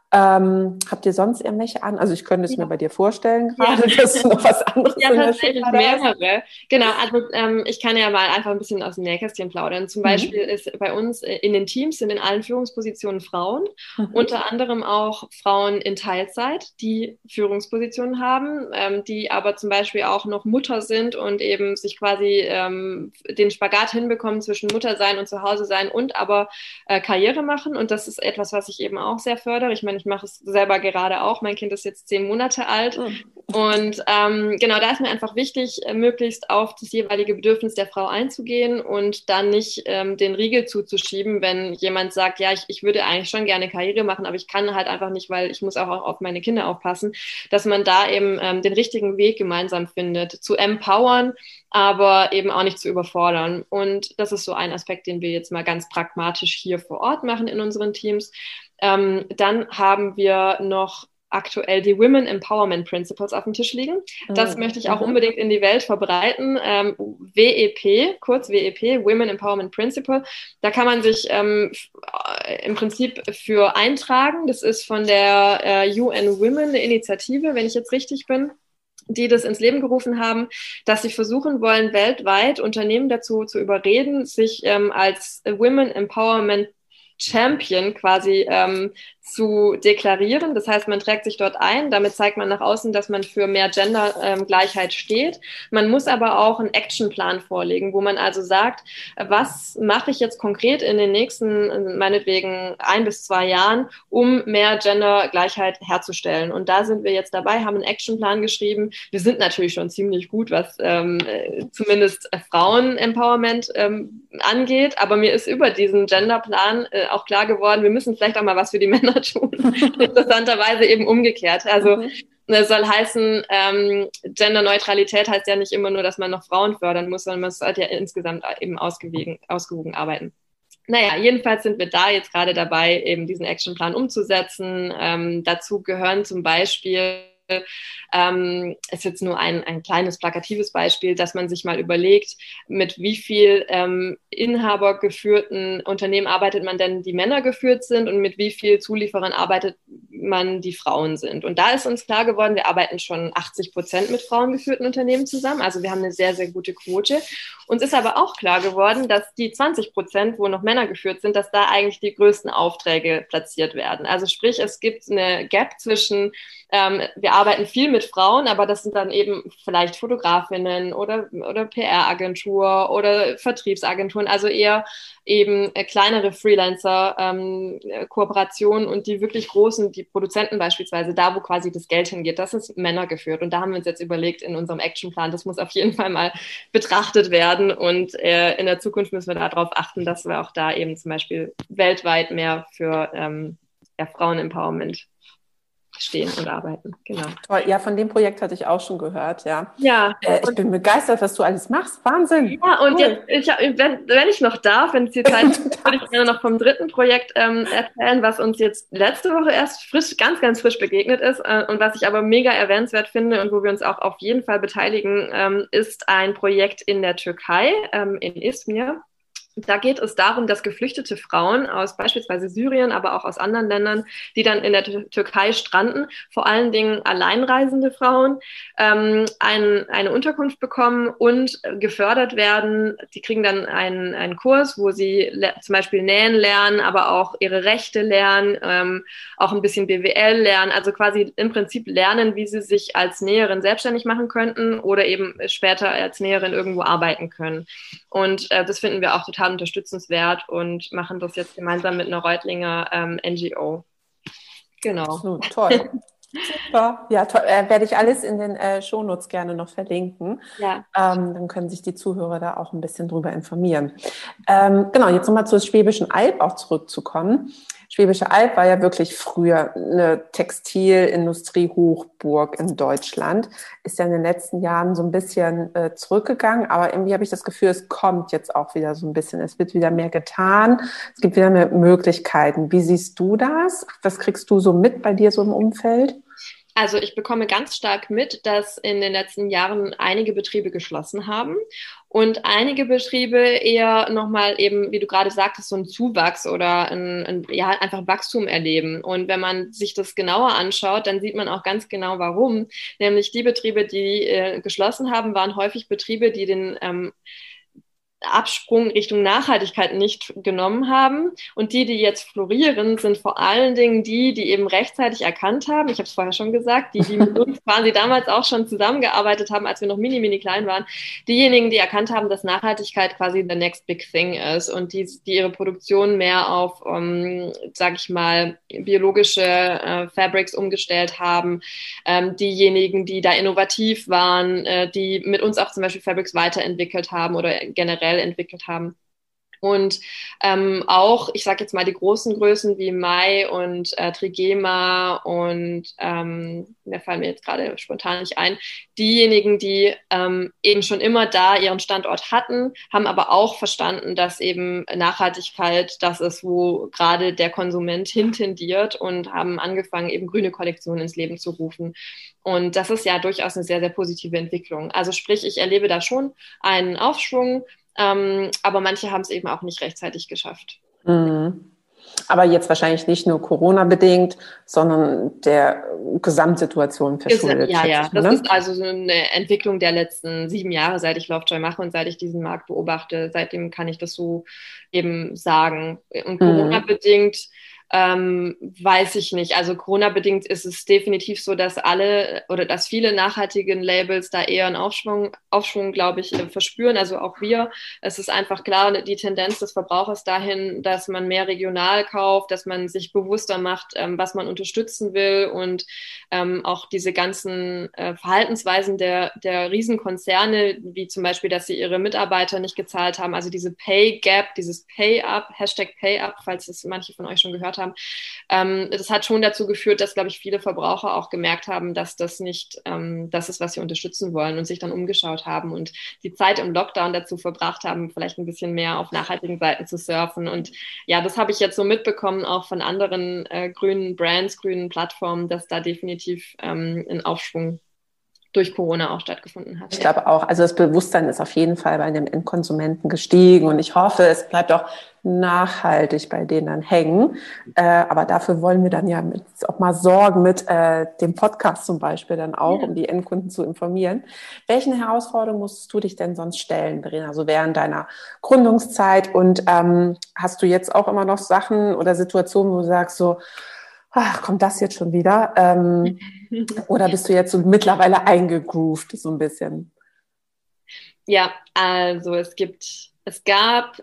Habt ihr sonst irgendwelche an? Also, ich könnte es mir bei dir vorstellen Ja. gerade, dass du noch was anderes Ja, in der tatsächlich Schublade hast. mehrere. Genau, also ich kann ja mal einfach ein bisschen aus dem Nähkästchen plaudern. Zum Beispiel Mhm. ist bei uns in den Teams sind in allen Führungspositionen Frauen, Mhm. unter anderem auch Frauen in Teilzeit, die Führungspositionen haben, die aber zum Beispiel auch noch Mutter sind und eben sich quasi den Spagat hinbekommen zwischen Muttersein und Zuhause-sein und aber Karriere machen. Und das ist etwas, was ich eben auch sehr fördere. Ich meine, ich mache es selber gerade auch. Mein Kind ist jetzt 10 Monate alt. Mhm. Und genau, da ist mir einfach wichtig, möglichst auf das jeweilige Bedürfnis der Frau einzugehen und dann nicht den Riegel zuzuschieben, wenn jemand sagt, ja, ich würde eigentlich schon gerne Karriere machen, aber ich kann halt einfach nicht, weil ich muss auch auf meine Kinder aufpassen, dass man da eben den richtigen Weg gemeinsam findet, zu empowern, aber eben auch nicht zu überfordern. Und das ist so ein Aspekt, den wir jetzt mal ganz pragmatisch hier vor Ort machen in unseren Teams. Dann haben wir noch aktuell die Women Empowerment Principles auf dem Tisch liegen. Das möchte ich auch Mhm. unbedingt in die Welt verbreiten. WEP, kurz WEP, Women Empowerment Principle. Da kann man sich im Prinzip für eintragen. Das ist von der UN Women eine Initiative, wenn ich jetzt richtig bin, die das ins Leben gerufen haben, dass sie versuchen wollen, weltweit Unternehmen dazu zu überreden, sich als Women Empowerment Champion quasi zu deklarieren. Das heißt, man trägt sich dort ein. Damit zeigt man nach außen, dass man für mehr Gendergleichheit steht. Man muss aber auch einen Actionplan vorlegen, wo man also sagt, was mache ich jetzt konkret in den nächsten, meinetwegen 1 bis 2 Jahren, um mehr Gendergleichheit herzustellen. Und da sind wir jetzt dabei, haben einen Actionplan geschrieben. Wir sind natürlich schon ziemlich gut, was zumindest Frauen-Empowerment angeht. Aber mir ist über diesen Genderplan auch klar geworden, wir müssen vielleicht auch mal was für die Männer tun. Interessanterweise eben umgekehrt. Also Mhm. das soll heißen, Genderneutralität heißt ja nicht immer nur, dass man noch Frauen fördern muss, sondern man sollte ja insgesamt eben ausgewogen arbeiten. Naja, jedenfalls sind wir da jetzt gerade dabei, eben diesen Actionplan umzusetzen. Dazu gehören zum Beispiel ist jetzt nur ein kleines plakatives Beispiel, dass man sich mal überlegt, mit wie viel inhabergeführten Unternehmen arbeitet man denn, die Männer geführt sind und mit wie viel Zulieferern arbeitet man, die Frauen sind. Und da ist uns klar geworden, wir arbeiten schon 80% mit frauengeführten Unternehmen zusammen. Also wir haben eine sehr, sehr gute Quote. Uns ist aber auch klar geworden, dass die 20%, wo noch Männer geführt sind, dass da eigentlich die größten Aufträge platziert werden. Also sprich, es gibt eine Gap zwischen wir arbeiten viel mit Frauen, aber das sind dann eben vielleicht Fotografinnen oder PR-Agentur oder Vertriebsagenturen, also eher eben kleinere Freelancer-Kooperationen und die wirklich großen, die Produzenten beispielsweise, da wo quasi das Geld hingeht, das ist Männer geführt. Und da haben wir uns jetzt überlegt in unserem Actionplan, das muss auf jeden Fall mal betrachtet werden und in der Zukunft müssen wir darauf achten, dass wir auch da eben zum Beispiel weltweit mehr für Frauen-Empowerment stehen und arbeiten. Genau. Toll. Ja, von dem Projekt hatte ich auch schon gehört, ja. Ja, Ich bin begeistert, was du alles machst. Wahnsinn. ja, und Cool. jetzt, wenn ich noch darf, wenn es die Zeit ist, würde ich gerne noch vom dritten Projekt erzählen, was uns jetzt letzte Woche erst ganz, ganz frisch begegnet ist und was ich aber mega erwähnenswert finde und wo wir uns auch auf jeden Fall beteiligen, ist ein Projekt in der Türkei, in Izmir. Da geht es darum, dass geflüchtete Frauen aus beispielsweise Syrien, aber auch aus anderen Ländern, die dann in der Türkei stranden, vor allen Dingen alleinreisende Frauen, eine Unterkunft bekommen und gefördert werden. Die kriegen dann einen Kurs, wo sie zum Beispiel nähen lernen, aber auch ihre Rechte lernen, auch ein bisschen BWL lernen, also quasi im Prinzip lernen, wie sie sich als Näherin selbstständig machen könnten oder eben später als Näherin irgendwo arbeiten können. Und das finden wir auch total unterstützenswert und machen das jetzt gemeinsam mit einer Reutlinger NGO. Genau. So, toll. Super. Ja, toll. Werde ich alles in den Shownotes gerne noch verlinken. Ja. Dann können sich die Zuhörer da auch ein bisschen drüber informieren. Genau, jetzt nochmal zur Schwäbischen Alb auch zurückzukommen. Schwäbische Alb war ja wirklich früher eine Textilindustrie-Hochburg in Deutschland. Ist ja in den letzten Jahren so ein bisschen zurückgegangen, aber irgendwie habe ich das Gefühl, es kommt jetzt auch wieder so ein bisschen. Es wird wieder mehr getan. Es gibt wieder mehr Möglichkeiten. Wie siehst du das? Was kriegst du so mit bei dir so im Umfeld? Also ich bekomme ganz stark mit, dass in den letzten Jahren einige Betriebe geschlossen haben und einige Betriebe eher nochmal eben, wie du gerade sagtest, so einen Zuwachs oder ja, einfach Wachstum erleben. Und wenn man sich das genauer anschaut, dann sieht man auch ganz genau, warum. Nämlich die Betriebe, die geschlossen haben, waren häufig Betriebe, die den Absprung Richtung Nachhaltigkeit nicht genommen haben. Und die jetzt florieren, sind vor allen Dingen die eben rechtzeitig erkannt haben, ich habe es vorher schon gesagt, die mit uns quasi damals auch schon zusammengearbeitet haben, als wir noch mini klein waren, diejenigen, die erkannt haben, dass Nachhaltigkeit quasi the next big thing ist und die ihre Produktion mehr auf, sag ich mal, biologische Fabrics umgestellt haben, diejenigen, die da innovativ waren, die mit uns auch zum Beispiel Fabrics weiterentwickelt haben oder generell entwickelt haben. Und auch, ich sage jetzt mal, die großen Größen wie Mai und Trigema und mir fallen mir jetzt gerade spontan nicht ein, diejenigen, die eben schon immer da ihren Standort hatten, haben aber auch verstanden, dass eben Nachhaltigkeit das ist, wo gerade der Konsument hintendiert und haben angefangen, eben grüne Kollektionen ins Leben zu rufen. Und das ist ja durchaus eine sehr, sehr positive Entwicklung. Also sprich, ich erlebe da schon einen Aufschwung, aber manche haben es eben auch nicht rechtzeitig geschafft. Mhm. Aber jetzt wahrscheinlich nicht nur Corona-bedingt, sondern der Gesamtsituation verschuldet. Ja. Das ist also so eine Entwicklung der letzten 7 Jahre, seit ich Lovejoy mache und seit ich diesen Markt beobachte. Seitdem kann ich das so eben sagen. Und Corona-bedingt weiß ich nicht. Also Corona-bedingt ist es definitiv so, dass dass viele nachhaltigen Labels da eher einen Aufschwung, glaube ich, verspüren. Also auch wir. Es ist einfach klar, die Tendenz des Verbrauchers dahin, dass man mehr regional kauft, dass man sich bewusster macht, was man unterstützen will und auch diese ganzen Verhaltensweisen der Riesenkonzerne, wie zum Beispiel, dass sie ihre Mitarbeiter nicht gezahlt haben, also diese Pay Gap, dieses Pay Up, Hashtag Pay Up, falls es manche von euch schon gehört haben. Das hat schon dazu geführt, dass, glaube ich, viele Verbraucher auch gemerkt haben, dass das nicht das ist, was sie unterstützen wollen und sich dann umgeschaut haben und die Zeit im Lockdown dazu verbracht haben, vielleicht ein bisschen mehr auf nachhaltigen Seiten zu surfen. Und ja, das habe ich jetzt so mitbekommen, auch von anderen grünen Brands, grünen Plattformen, dass da definitiv ein Aufschwung durch Corona auch stattgefunden hat. Ich glaube auch, also das Bewusstsein ist auf jeden Fall bei den Endkonsumenten gestiegen und ich hoffe, es bleibt auch nachhaltig bei denen dann hängen. Aber dafür wollen wir dann ja auch mal sorgen mit dem Podcast zum Beispiel dann auch, um die Endkunden zu informieren. Welchen Herausforderungen musstest du dich denn sonst stellen, Verena, also während deiner Gründungszeit? Und hast du jetzt auch immer noch Sachen oder Situationen, wo du sagst so, ach, kommt das jetzt schon wieder? Oder bist du jetzt so mittlerweile eingegroovt, so ein bisschen? Ja, also es gab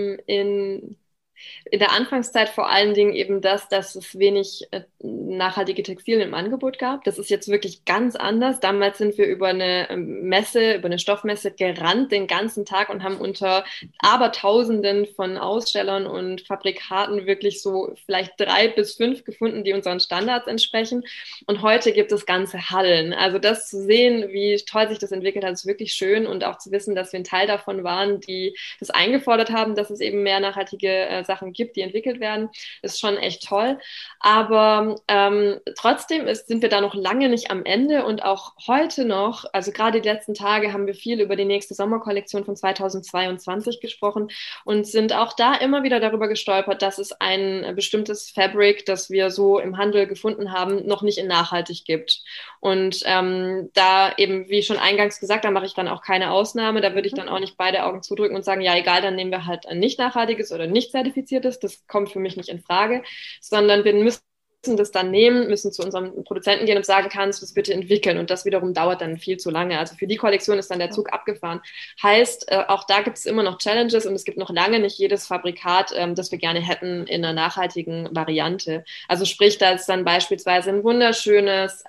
in der Anfangszeit vor allen Dingen eben dass es wenig nachhaltige Textilien im Angebot gab. Das ist jetzt wirklich ganz anders. Damals sind wir über eine Stoffmesse gerannt den ganzen Tag und haben unter Abertausenden von Ausstellern und Fabrikaten wirklich so vielleicht 3 bis 5 gefunden, die unseren Standards entsprechen. Und heute gibt es ganze Hallen. Also das zu sehen, wie toll sich das entwickelt hat, ist wirklich schön und auch zu wissen, dass wir ein Teil davon waren, die das eingefordert haben, dass es eben mehr nachhaltige Sachen gibt, die entwickelt werden, ist schon echt toll. Aber trotzdem sind wir da noch lange nicht am Ende und auch heute noch, also gerade die letzten Tage haben wir viel über die nächste Sommerkollektion von 2022 gesprochen und sind auch da immer wieder darüber gestolpert, dass es ein bestimmtes Fabric, das wir so im Handel gefunden haben, noch nicht in nachhaltig gibt. Und da eben, wie schon eingangs gesagt, da mache ich dann auch keine Ausnahme. Da würde ich dann auch nicht beide Augen zudrücken und sagen, ja, egal, dann nehmen wir halt ein nicht nachhaltiges oder nicht zertifiziertes. Das kommt für mich nicht in Frage, sondern wir müssen das dann nehmen, müssen zu unserem Produzenten gehen und sagen, kannst du das bitte entwickeln? Und das wiederum dauert dann viel zu lange. Also für die Kollektion ist dann der Zug abgefahren. Heißt, auch da gibt es immer noch Challenges und es gibt noch lange nicht jedes Fabrikat, das wir gerne hätten in einer nachhaltigen Variante. Also sprich, da ist dann beispielsweise ein wunderschönes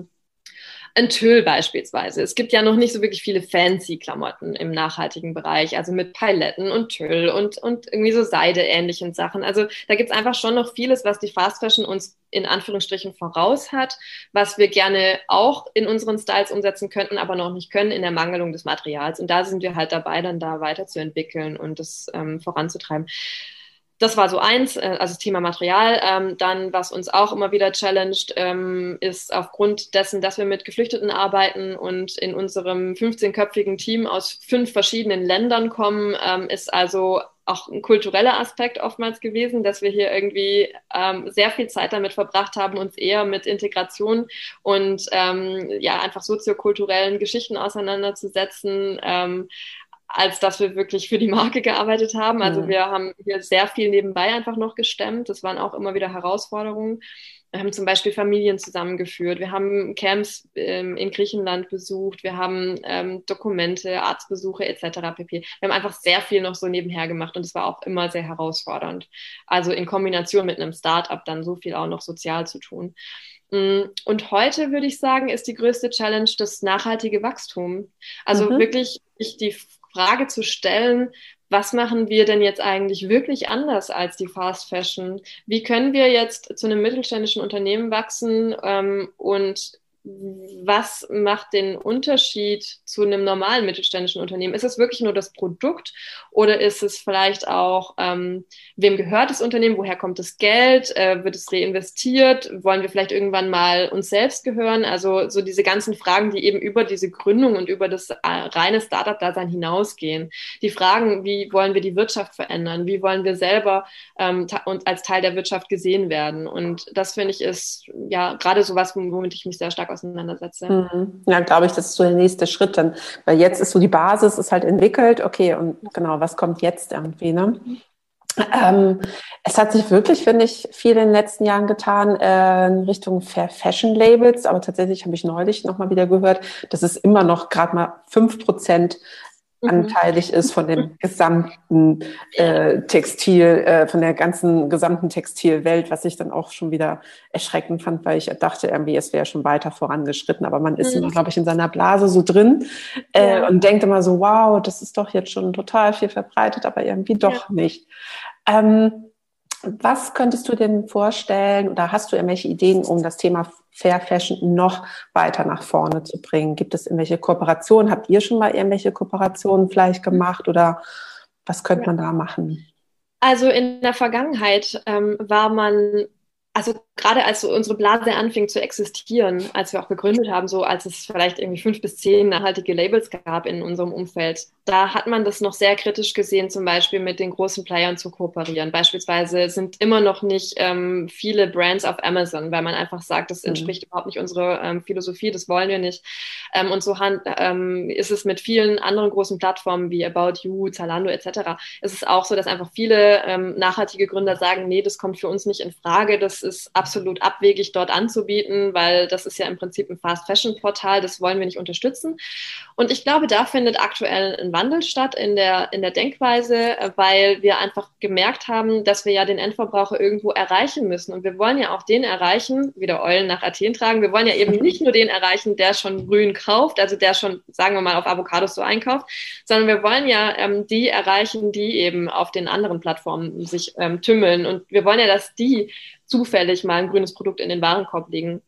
ein Tüll beispielsweise. Es gibt ja noch nicht so wirklich viele fancy Klamotten im nachhaltigen Bereich, also mit Paletten und Tüll und irgendwie so Seide-ähnlichen Sachen. Also da gibt's einfach schon noch vieles, was die Fast Fashion uns in Anführungsstrichen voraus hat, was wir gerne auch in unseren Styles umsetzen könnten, aber noch nicht können in der Mangelung des Materials. Und da sind wir halt dabei, dann da weiterzuentwickeln und das voranzutreiben. Das war so eins, also das Thema Material. Dann, was uns auch immer wieder challenged, ist aufgrund dessen, dass wir mit Geflüchteten arbeiten und in unserem 15-köpfigen Team aus 5 verschiedenen Ländern kommen, ist also auch ein kultureller Aspekt oftmals gewesen, dass wir hier irgendwie sehr viel Zeit damit verbracht haben, uns eher mit Integration und ja einfach soziokulturellen Geschichten auseinanderzusetzen, als dass wir wirklich für die Marke gearbeitet haben. Also wir haben hier sehr viel nebenbei einfach noch gestemmt. Das waren auch immer wieder Herausforderungen. Wir haben zum Beispiel Familien zusammengeführt. Wir haben Camps in Griechenland besucht. Wir haben Dokumente, Arztbesuche etc. pp. Wir haben einfach sehr viel noch so nebenher gemacht und es war auch immer sehr herausfordernd. Also in Kombination mit einem Start-up dann so viel auch noch sozial zu tun. Und heute würde ich sagen, ist die größte Challenge das nachhaltige Wachstum. Also wirklich die Frage zu stellen, was machen wir denn jetzt eigentlich wirklich anders als die Fast Fashion? Wie können wir jetzt zu einem mittelständischen Unternehmen wachsen und was macht den Unterschied zu einem normalen mittelständischen Unternehmen? Ist es wirklich nur das Produkt oder ist es vielleicht auch, wem gehört das Unternehmen, woher kommt das Geld, wird es reinvestiert, wollen wir vielleicht irgendwann mal uns selbst gehören? Also so diese ganzen Fragen, die eben über diese Gründung und über das reine Startup-Dasein hinausgehen. Die Fragen, wie wollen wir die Wirtschaft verändern? Wie wollen wir selber und als Teil der Wirtschaft gesehen werden? Und das finde ich ist ja gerade sowas, womit ich mich sehr stark auseinandersetze. Ja, glaube ich, das ist so der nächste Schritt dann, weil jetzt ist so die Basis ist halt entwickelt, okay, und genau, was kommt jetzt irgendwie, ne? Es hat sich wirklich, finde ich, viel in den letzten Jahren getan in Richtung Fair Fashion Labels, aber tatsächlich habe ich neulich nochmal wieder gehört, dass es immer noch gerade mal 5% anteilig ist von dem gesamten Textil, von der gesamten Textilwelt, was ich dann auch schon wieder erschreckend fand, weil ich dachte irgendwie, es wäre schon weiter vorangeschritten, aber man ist immer, glaube ich, in seiner Blase so drin und denkt immer so, wow, das ist doch jetzt schon total viel verbreitet, aber irgendwie doch nicht. Was könntest du denn vorstellen oder hast du irgendwelche Ideen, um das Thema Fair Fashion noch weiter nach vorne zu bringen? Gibt es irgendwelche Kooperationen? Habt ihr schon mal irgendwelche Kooperationen vielleicht gemacht oder was könnte man da machen? Also in der Vergangenheit war man, also gerade als so unsere Blase anfing zu existieren, als wir auch gegründet haben, so als es vielleicht irgendwie 5 bis 10 nachhaltige Labels gab in unserem Umfeld, da hat man das noch sehr kritisch gesehen, zum Beispiel mit den großen Playern zu kooperieren. Beispielsweise sind immer noch nicht viele Brands auf Amazon, weil man einfach sagt, das entspricht überhaupt nicht unserer Philosophie, das wollen wir nicht. Und so ist es mit vielen anderen großen Plattformen wie About You, Zalando etc. Es ist auch so, dass einfach viele nachhaltige Gründer sagen, nee, das kommt für uns nicht in Frage, das ist absolut abwegig, dort anzubieten, weil das ist ja im Prinzip ein Fast-Fashion-Portal, das wollen wir nicht unterstützen. Und ich glaube, da findet aktuell ein Wandel statt in der Denkweise, weil wir einfach gemerkt haben, dass wir ja den Endverbraucher irgendwo erreichen müssen. Und wir wollen ja auch den erreichen, wieder Eulen nach Athen tragen, wir wollen ja eben nicht nur den erreichen, der schon grün kauft, also der schon, sagen wir mal, auf Avocados so einkauft, sondern wir wollen ja die erreichen, die eben auf den anderen Plattformen sich tümmeln. Und wir wollen ja, dass die zufällig mal ein grünes Produkt in den Warenkorb legen.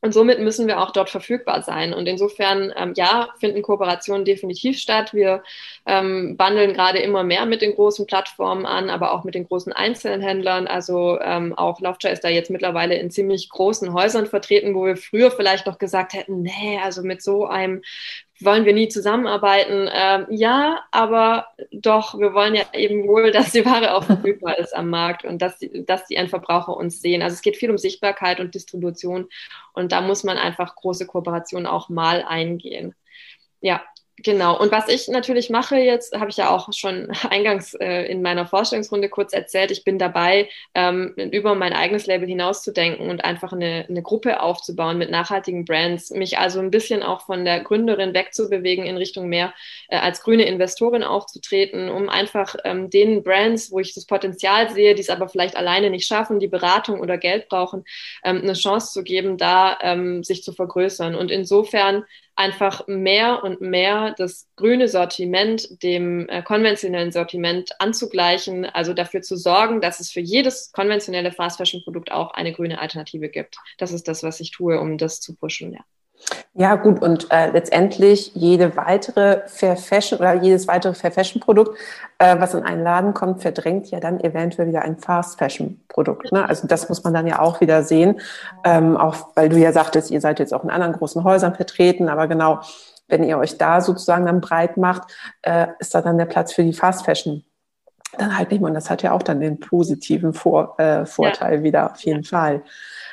Und somit müssen wir auch dort verfügbar sein. Und insofern, ja, finden Kooperationen definitiv statt. Wir bundeln gerade immer mehr mit den großen Plattformen an, aber auch mit den großen Einzelhändlern. Also auch Lovejoy ist da jetzt mittlerweile in ziemlich großen Häusern vertreten, wo wir früher vielleicht noch gesagt hätten, nee, also mit so einem wollen wir nie zusammenarbeiten. Ja, aber doch, wir wollen ja eben wohl, dass die Ware auch verfügbar ist am Markt und dass die Endverbraucher uns sehen. Also es geht viel um Sichtbarkeit und Distribution und da muss man einfach große Kooperationen auch mal eingehen. Ja, genau. Und was ich natürlich mache jetzt, habe ich ja auch schon eingangs in meiner Vorstellungsrunde kurz erzählt, ich bin dabei, über mein eigenes Label hinauszudenken und einfach eine Gruppe aufzubauen mit nachhaltigen Brands, mich also ein bisschen auch von der Gründerin wegzubewegen in Richtung mehr als grüne Investorin aufzutreten, um einfach den Brands, wo ich das Potenzial sehe, die es aber vielleicht alleine nicht schaffen, die Beratung oder Geld brauchen, eine Chance zu geben, da sich zu vergrößern. Und insofern einfach mehr und mehr das grüne Sortiment dem konventionellen Sortiment anzugleichen, also dafür zu sorgen, dass es für jedes konventionelle Fast-Fashion-Produkt auch eine grüne Alternative gibt. Das ist das, was ich tue, um das zu pushen, ja. Ja, gut. Und letztendlich jede weitere Fair Fashion oder jedes weitere Fair Fashion Produkt, was in einen Laden kommt, verdrängt ja dann eventuell wieder ein Fast Fashion Produkt. Ne? Also das muss man dann ja auch wieder sehen. Auch weil du ja sagtest, ihr seid jetzt auch in anderen großen Häusern vertreten, aber genau, wenn ihr euch da sozusagen dann breit macht, ist da dann der Platz für die Fast Fashion dann halt nicht mehr. Und das hat ja auch dann den positiven Vorteil wieder auf jeden Fall.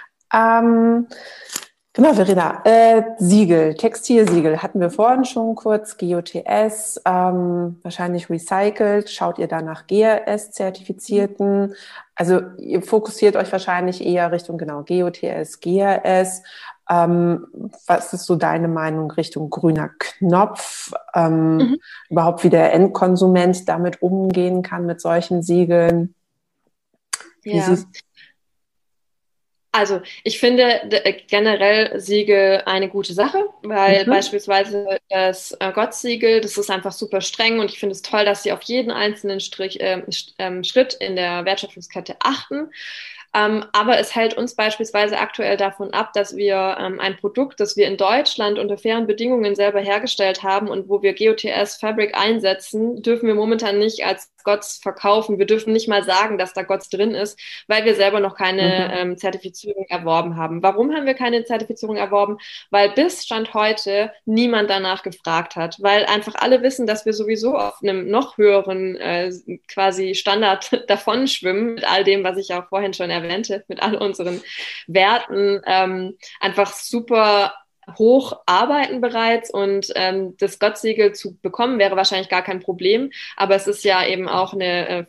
Genau, Verena. Siegel, Textilsiegel hatten wir vorhin schon kurz, GOTS, wahrscheinlich recycelt. Schaut ihr da nach GRS-Zertifizierten? Also ihr fokussiert euch wahrscheinlich eher Richtung, genau, GOTS, GRS. Was ist so deine Meinung Richtung grüner Knopf? Überhaupt wie der Endkonsument damit umgehen kann mit solchen Siegeln? Ja. Also ich finde generell Siegel eine gute Sache, weil beispielsweise das GOTS-Siegel, das ist einfach super streng und ich finde es toll, dass sie auf jeden einzelnen Schritt in der Wertschöpfungskette achten. Aber es hält uns beispielsweise aktuell davon ab, dass wir ein Produkt, das wir in Deutschland unter fairen Bedingungen selber hergestellt haben und wo wir GOTS Fabric einsetzen, dürfen wir momentan nicht als GOTS verkaufen. Wir dürfen nicht mal sagen, dass da GOTS drin ist, weil wir selber noch keine Zertifizierung erworben haben. Warum haben wir keine Zertifizierung erworben? Weil bis Stand heute niemand danach gefragt hat, weil einfach alle wissen, dass wir sowieso auf einem noch höheren quasi Standard davon schwimmen mit all dem, was ich auch vorhin schon erwähnte, mit all unseren Werten, einfach super hoch arbeiten bereits und das GOTS-Siegel zu bekommen wäre wahrscheinlich gar kein Problem, aber es ist ja eben auch eine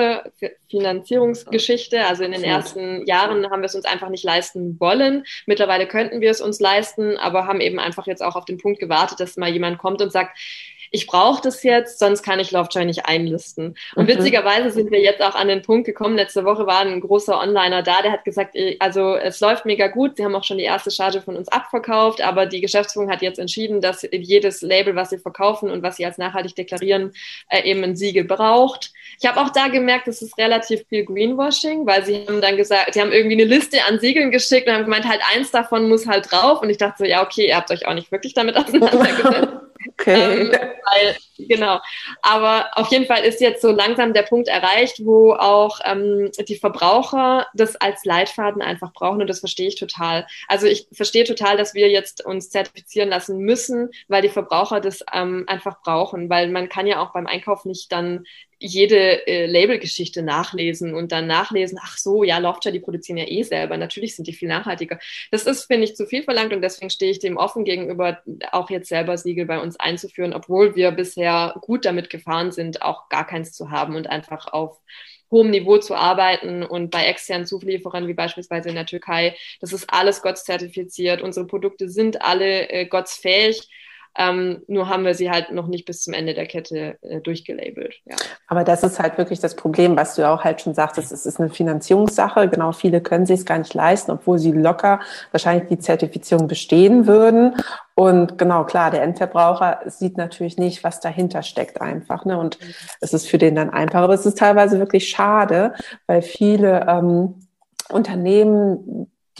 Finanzierungsgeschichte, also in den ersten Jahren haben wir es uns einfach nicht leisten wollen, mittlerweile könnten wir es uns leisten, aber haben eben einfach jetzt auch auf den Punkt gewartet, dass mal jemand kommt und sagt, ich brauche das jetzt, sonst kann ich Lovejoy nicht einlisten. Und witzigerweise sind wir jetzt auch an den Punkt gekommen, letzte Woche war ein großer Onliner da, der hat gesagt, also es läuft mega gut, sie haben auch schon die erste Charge von uns abverkauft, aber die Geschäftsführung hat jetzt entschieden, dass jedes Label, was sie verkaufen und was sie als nachhaltig deklarieren, eben ein Siegel braucht. Ich habe auch da gemerkt, es ist relativ viel Greenwashing, weil sie haben dann gesagt, sie haben irgendwie eine Liste an Siegeln geschickt und haben gemeint, halt eins davon muss halt drauf und ich dachte so, ja okay, ihr habt euch auch nicht wirklich damit auseinandergesetzt. Okay. Genau. Aber auf jeden Fall ist jetzt so langsam der Punkt erreicht, wo auch die Verbraucher das als Leitfaden einfach brauchen und das verstehe ich total. Also ich verstehe total, dass wir jetzt uns zertifizieren lassen müssen, weil die Verbraucher das einfach brauchen, weil man kann ja auch beim Einkauf nicht dann jede Labelgeschichte nachlesen und dann nachlesen, ach so, ja, Lovejoy, die produzieren ja eh selber, natürlich sind die viel nachhaltiger. Das ist, finde ich, zu viel verlangt und deswegen stehe ich dem offen gegenüber, auch jetzt selber Siegel bei uns einzuführen, obwohl wir bisher gut damit gefahren sind, auch gar keins zu haben und einfach auf hohem Niveau zu arbeiten und bei externen Zulieferern, wie beispielsweise in der Türkei, das ist alles GOTS-zertifiziert, unsere Produkte sind alle GOTS-fähig, nur haben wir sie halt noch nicht bis zum Ende der Kette durchgelabelt. Ja. Aber das ist halt wirklich das Problem, was du ja auch halt schon sagtest, es ist eine Finanzierungssache. Genau, viele können sich es gar nicht leisten, obwohl sie locker wahrscheinlich die Zertifizierung bestehen würden. Und genau, klar, der Endverbraucher sieht natürlich nicht, was dahinter steckt einfach. Ne? Und es ist für den dann einfacher. Aber es ist teilweise wirklich schade, weil viele Unternehmen,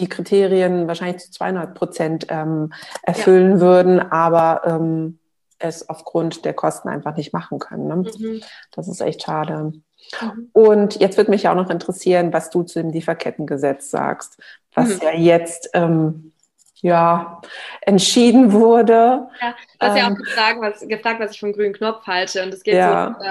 die Kriterien wahrscheinlich zu 200% erfüllen würden, aber es aufgrund der Kosten einfach nicht machen können. Ne? Mhm. Das ist echt schade. Mhm. Und jetzt würde mich auch noch interessieren, was du zu dem Lieferkettengesetz sagst, was ja jetzt entschieden wurde. Ja, du hast ja auch gefragt, was ich vom grünen Knopf halte. Und es geht so Ja.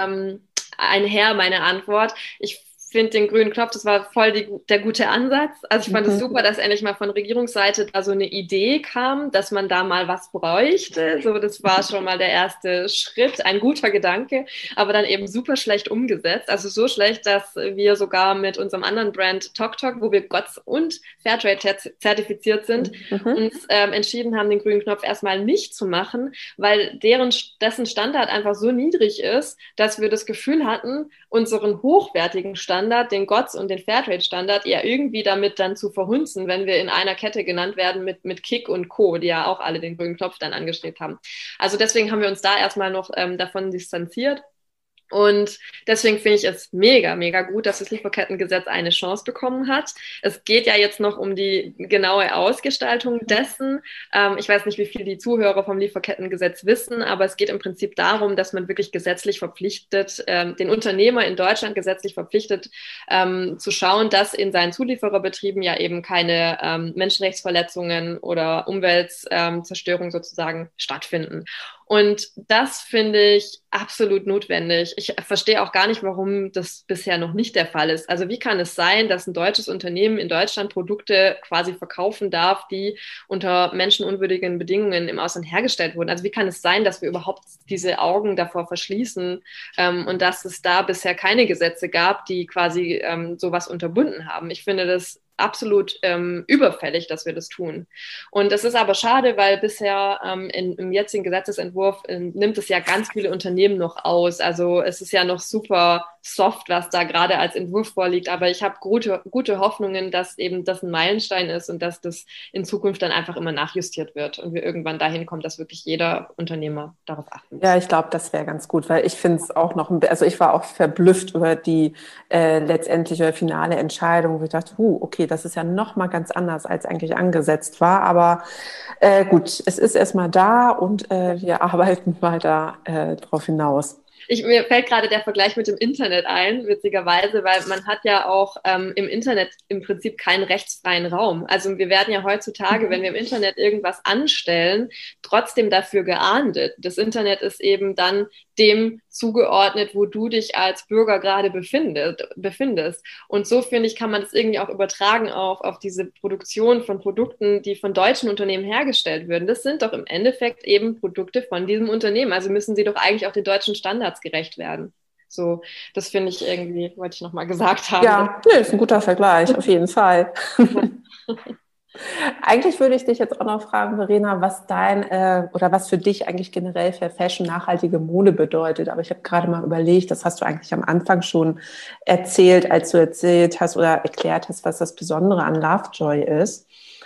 einher, meine Antwort. Ich finde den grünen Knopf, das war voll der gute Ansatz. Also ich fand es super, dass endlich mal von Regierungsseite da so eine Idee kam, dass man da mal was bräuchte. So, das war schon mal der erste Schritt, ein guter Gedanke, aber dann eben super schlecht umgesetzt. Also so schlecht, dass wir sogar mit unserem anderen Brand TokTok, wo wir GOTS und Fairtrade zertifiziert sind, uns entschieden haben, den grünen Knopf erstmal nicht zu machen, weil dessen Standard einfach so niedrig ist, dass wir das Gefühl hatten, unseren hochwertigen Standard, den GOTS und den Fairtrade-Standard, ja irgendwie damit dann zu verhunzen, wenn wir in einer Kette genannt werden mit Kick und Co., die ja auch alle den grünen Knopf dann angestrebt haben. Also deswegen haben wir uns da erstmal noch davon distanziert. Und deswegen finde ich es mega, mega gut, dass das Lieferkettengesetz eine Chance bekommen hat. Es geht ja jetzt noch um die genaue Ausgestaltung dessen. Ich weiß nicht, wie viel die Zuhörer vom Lieferkettengesetz wissen, aber es geht im Prinzip darum, dass man wirklich gesetzlich verpflichtet, den Unternehmer in Deutschland gesetzlich verpflichtet, zu schauen, dass in seinen Zuliefererbetrieben ja eben keine Menschenrechtsverletzungen oder Umweltzerstörung sozusagen stattfinden. Und das finde ich absolut notwendig. Ich verstehe auch gar nicht, warum das bisher noch nicht der Fall ist. Also wie kann es sein, dass ein deutsches Unternehmen in Deutschland Produkte quasi verkaufen darf, die unter menschenunwürdigen Bedingungen im Ausland hergestellt wurden? Also wie kann es sein, dass wir überhaupt diese Augen davor verschließen und dass es da bisher keine Gesetze gab, die quasi sowas unterbunden haben? Ich finde das absolut überfällig, dass wir das tun. Und das ist aber schade, weil bisher im jetzigen Gesetzesentwurf nimmt es ja ganz viele Unternehmen noch aus. Also es ist ja noch super soft, was da gerade als Entwurf vorliegt. Aber ich habe gute Hoffnungen, dass eben das ein Meilenstein ist und dass das in Zukunft dann einfach immer nachjustiert wird und wir irgendwann dahin kommen, dass wirklich jeder Unternehmer darauf achten muss. Ja, ich glaube, das wäre ganz gut, weil ich finde es auch noch, also ich war auch verblüfft über die letztendliche finale Entscheidung, wo ich dachte, okay, das ist ja noch mal ganz anders, als eigentlich angesetzt war. Aber gut, es ist erstmal da und wir arbeiten weiter drauf hinaus. Mir fällt gerade der Vergleich mit dem Internet ein, witzigerweise, weil man hat ja auch im Internet im Prinzip keinen rechtsfreien Raum. Also wir werden ja heutzutage, wenn wir im Internet irgendwas anstellen, trotzdem dafür geahndet. Das Internet ist eben dann dem zugeordnet, wo du dich als Bürger gerade befindest. Und so, finde ich, kann man das irgendwie auch übertragen auf diese Produktion von Produkten, die von deutschen Unternehmen hergestellt werden. Das sind doch im Endeffekt eben Produkte von diesem Unternehmen. Also müssen sie doch eigentlich auch den deutschen Standards gerecht werden. So, das finde ich irgendwie, wollte ich nochmal gesagt haben. Ja, nee, ist ein guter Vergleich, auf jeden Fall. Eigentlich würde ich dich jetzt auch noch fragen, Verena, was oder was für dich eigentlich generell für Fashion nachhaltige Mode bedeutet. Aber ich habe gerade mal überlegt, das hast du eigentlich am Anfang schon erzählt, als du erzählt hast oder erklärt hast, was das Besondere an Lovejoy ist.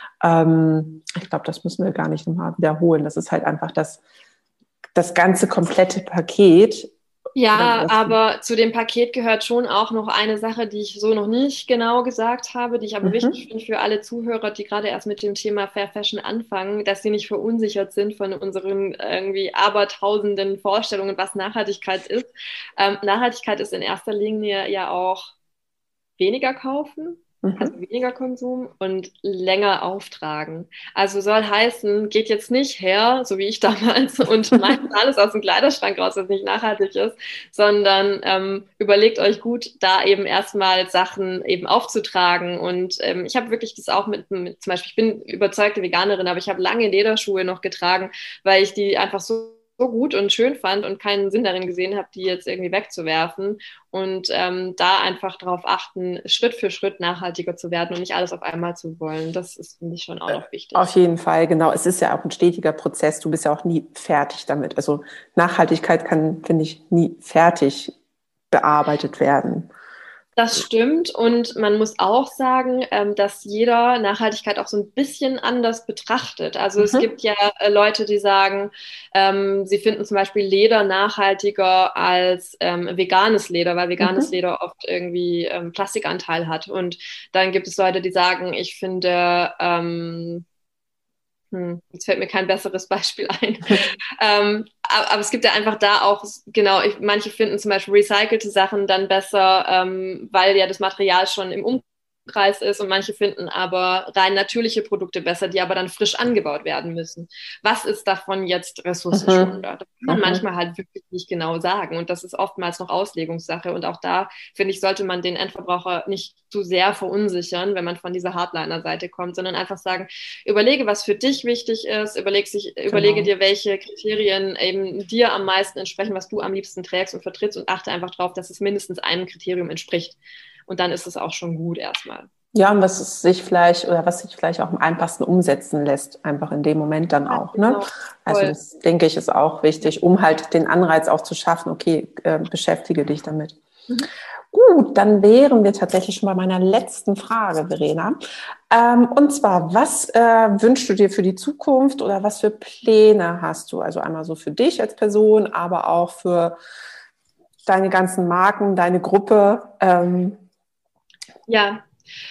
Ich glaube, das müssen wir gar nicht nochmal wiederholen. Das ist halt einfach das ganze komplette Paket. Ja, aber zu dem Paket gehört schon auch noch eine Sache, die ich so noch nicht genau gesagt habe, die ich aber wichtig finde für alle Zuhörer, die gerade erst mit dem Thema Fair Fashion anfangen, dass sie nicht verunsichert sind von unseren irgendwie abertausenden Vorstellungen, was Nachhaltigkeit ist. Nachhaltigkeit ist in erster Linie ja auch weniger kaufen. Also weniger Konsum und länger auftragen. Also soll heißen, geht jetzt nicht her, so wie ich damals, und schmeißt alles aus dem Kleiderschrank raus, was nicht nachhaltig ist, sondern überlegt euch gut, da eben erstmal Sachen eben aufzutragen. Und ich habe wirklich das auch mit zum Beispiel, ich bin überzeugte Veganerin, aber ich habe lange Lederschuhe noch getragen, weil ich die einfach so gut und schön fand und keinen Sinn darin gesehen habe, die jetzt irgendwie wegzuwerfen und da einfach darauf achten, Schritt für Schritt nachhaltiger zu werden und nicht alles auf einmal zu wollen. Das ist, finde ich, schon auch noch wichtig. Auf jeden Fall, genau. Es ist ja auch ein stetiger Prozess. Du bist ja auch nie fertig damit. Also Nachhaltigkeit kann, finde ich, nie fertig bearbeitet werden. Das stimmt und man muss auch sagen, dass jeder Nachhaltigkeit auch so ein bisschen anders betrachtet. Also es Mhm. gibt ja Leute, die sagen, sie finden zum Beispiel Leder nachhaltiger als veganes Leder, weil veganes Mhm. Leder oft irgendwie Plastikanteil hat. Und dann gibt es Leute, die sagen, ich finde, jetzt fällt mir kein besseres Beispiel ein. Aber es gibt ja einfach da auch, genau, manche finden zum Beispiel recycelte Sachen dann besser, weil ja das Material schon im Umkreis ist und manche finden aber rein natürliche Produkte besser, die aber dann frisch angebaut werden müssen. Was ist davon jetzt Mhm. ressourcenschonender? Das kann man Mhm. manchmal halt wirklich nicht genau sagen und das ist oftmals noch Auslegungssache und auch da, finde ich, sollte man den Endverbraucher nicht zu sehr verunsichern, wenn man von dieser Hardliner-Seite kommt, sondern einfach sagen, überlege, was für dich wichtig ist, überlege Genau. dir, welche Kriterien eben dir am meisten entsprechen, was du am liebsten trägst und vertrittst und achte einfach darauf, dass es mindestens einem Kriterium entspricht. Und dann ist es auch schon gut erstmal. Ja, und was sich vielleicht auch am einfachsten umsetzen lässt, einfach in dem Moment dann Ja, auch, ne? genau. Also Voll. das denke ich ist auch Ja. wichtig, um halt den Anreiz auch zu schaffen, okay, beschäftige dich damit. Mhm. Gut, dann wären wir tatsächlich schon bei meiner letzten Frage, Verena. Und zwar, was wünschst du dir für die Zukunft oder was für Pläne hast du? Also einmal so für dich als Person, aber auch für deine ganzen Marken, deine Gruppe. Ja,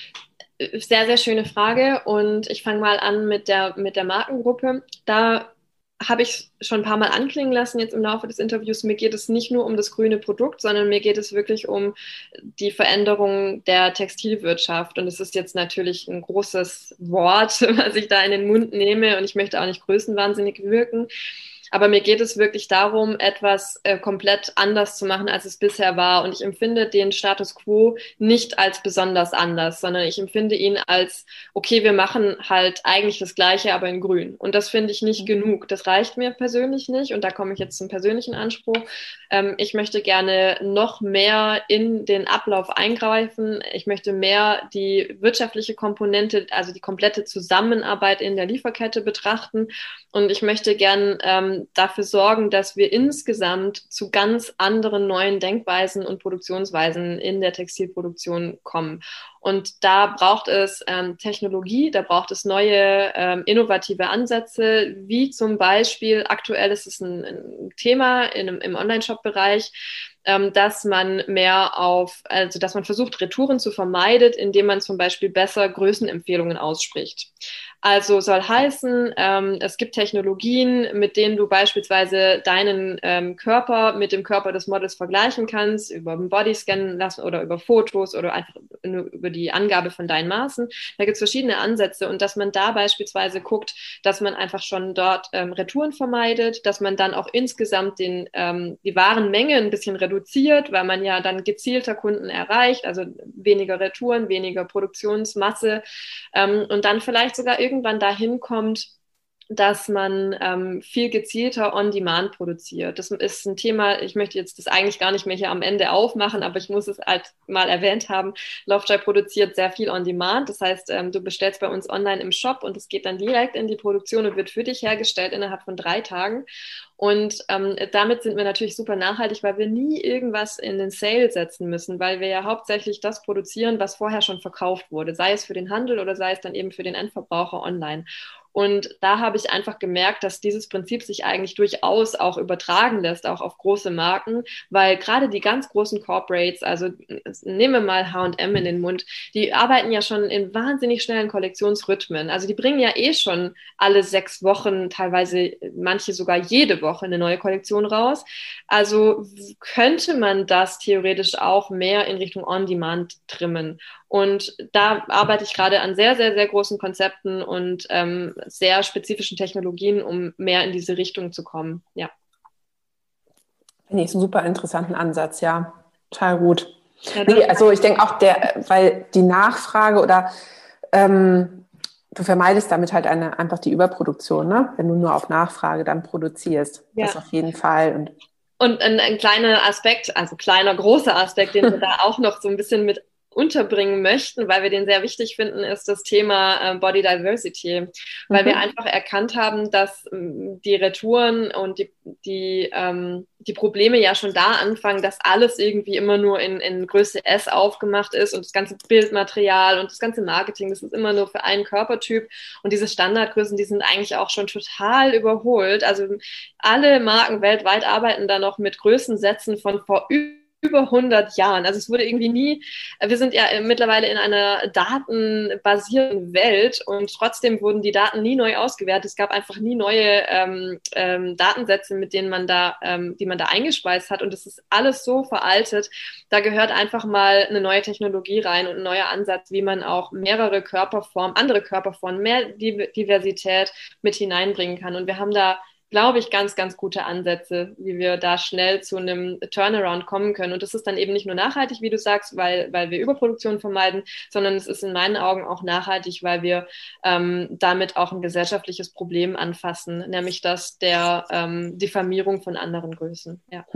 sehr, sehr schöne Frage. Und ich fange mal an mit der Markengruppe. Da habe ich schon ein paar Mal anklingen lassen jetzt im Laufe des Interviews. Mir geht es nicht nur um das grüne Produkt, sondern mir geht es wirklich um die Veränderung der Textilwirtschaft. Und es ist jetzt natürlich ein großes Wort, was ich da in den Mund nehme. Und ich möchte auch nicht größenwahnsinnig wirken. Aber mir geht es wirklich darum, etwas komplett anders zu machen, als es bisher war. Und ich empfinde den Status quo nicht als besonders anders, sondern ich empfinde ihn als, okay, wir machen halt eigentlich das Gleiche, aber in grün. Und das finde ich nicht genug. Das reicht mir persönlich nicht. Und da komme ich jetzt zum persönlichen Anspruch. Ich möchte gerne noch mehr in den Ablauf eingreifen. Ich möchte mehr die wirtschaftliche Komponente, also die komplette Zusammenarbeit in der Lieferkette betrachten. Und ich möchte gern dafür sorgen, dass wir insgesamt zu ganz anderen neuen Denkweisen und Produktionsweisen in der Textilproduktion kommen. Und da braucht es Technologie, da braucht es neue innovative Ansätze, wie zum Beispiel, aktuell ist es ein Thema im Online-Shop-Bereich, dass man also dass man versucht, Retouren zu vermeiden, indem man zum Beispiel besser Größenempfehlungen ausspricht. Also soll heißen, es gibt Technologien, mit denen du beispielsweise deinen Körper mit dem Körper des Models vergleichen kannst, über einen Bodyscan lassen oder über Fotos oder einfach nur über die Angabe von deinen Maßen. Da gibt es verschiedene Ansätze und dass man da beispielsweise guckt, dass man einfach schon dort Retouren vermeidet, dass man dann auch insgesamt die Warenmenge ein bisschen reduziert, weil man ja dann gezielter Kunden erreicht, also weniger Retouren, weniger Produktionsmasse und dann vielleicht sogar irgendwann dahin kommt, dass man viel gezielter on-demand produziert. Das ist ein Thema, ich möchte jetzt das eigentlich gar nicht mehr hier am Ende aufmachen, aber ich muss es halt mal erwähnt haben. Lovejoy produziert sehr viel on-demand. Das heißt, du bestellst bei uns online im Shop und es geht dann direkt in die Produktion und wird für dich hergestellt innerhalb von 3 Tagen. Und damit sind wir natürlich super nachhaltig, weil wir nie irgendwas in den Sale setzen müssen, weil wir ja hauptsächlich das produzieren, was vorher schon verkauft wurde, sei es für den Handel oder sei es dann eben für den Endverbraucher online. Und da habe ich einfach gemerkt, dass dieses Prinzip sich eigentlich durchaus auch übertragen lässt, auch auf große Marken, weil gerade die ganz großen Corporates, also nehmen wir mal H&M in den Mund, die arbeiten ja schon in wahnsinnig schnellen Kollektionsrhythmen. Also die bringen ja eh schon alle 6 Wochen, teilweise manche sogar jede Woche eine neue Kollektion raus. Also könnte man das theoretisch auch mehr in Richtung On-Demand trimmen. Und da arbeite ich gerade an sehr, sehr, sehr großen Konzepten und sehr spezifischen Technologien, um mehr in diese Richtung zu kommen. Ja. Finde ich einen super interessanten Ansatz, ja. Total gut. Ja, Nee, danke. also ich denke auch, weil die Nachfrage oder du vermeidest damit halt einfach die Überproduktion, ne? Wenn du nur auf Nachfrage dann produzierst. Das Ja. auf jeden Fall. Und ein kleiner Aspekt, also kleiner, großer Aspekt, den wir da auch noch so ein bisschen mit unterbringen möchten, weil wir den sehr wichtig finden, ist das Thema Body Diversity, weil wir einfach erkannt haben, dass die Retouren und die Probleme ja schon da anfangen, dass alles irgendwie immer nur in Größe S aufgemacht ist und das ganze Bildmaterial und das ganze Marketing, das ist immer nur für einen Körpertyp und diese Standardgrößen, die sind eigentlich auch schon total überholt. Also alle Marken weltweit arbeiten da noch mit Größensätzen von vor über 100 Jahren. Also es wurde irgendwie nie, wir sind ja mittlerweile in einer datenbasierten Welt und trotzdem wurden die Daten nie neu ausgewertet. Es gab einfach nie neue Datensätze, mit denen die man da eingespeist hat und es ist alles so veraltet. Da gehört einfach mal eine neue Technologie rein und ein neuer Ansatz, wie man auch mehrere Körperformen, andere Körperformen, mehr Diversität mit hineinbringen kann. Und wir haben da, glaube ich, ganz, ganz gute Ansätze, wie wir da schnell zu einem Turnaround kommen können. Und das ist dann eben nicht nur nachhaltig, wie du sagst, weil wir Überproduktion vermeiden, sondern es ist in meinen Augen auch nachhaltig, weil wir damit auch ein gesellschaftliches Problem anfassen, nämlich das der Diffamierung von anderen Größen. Ja.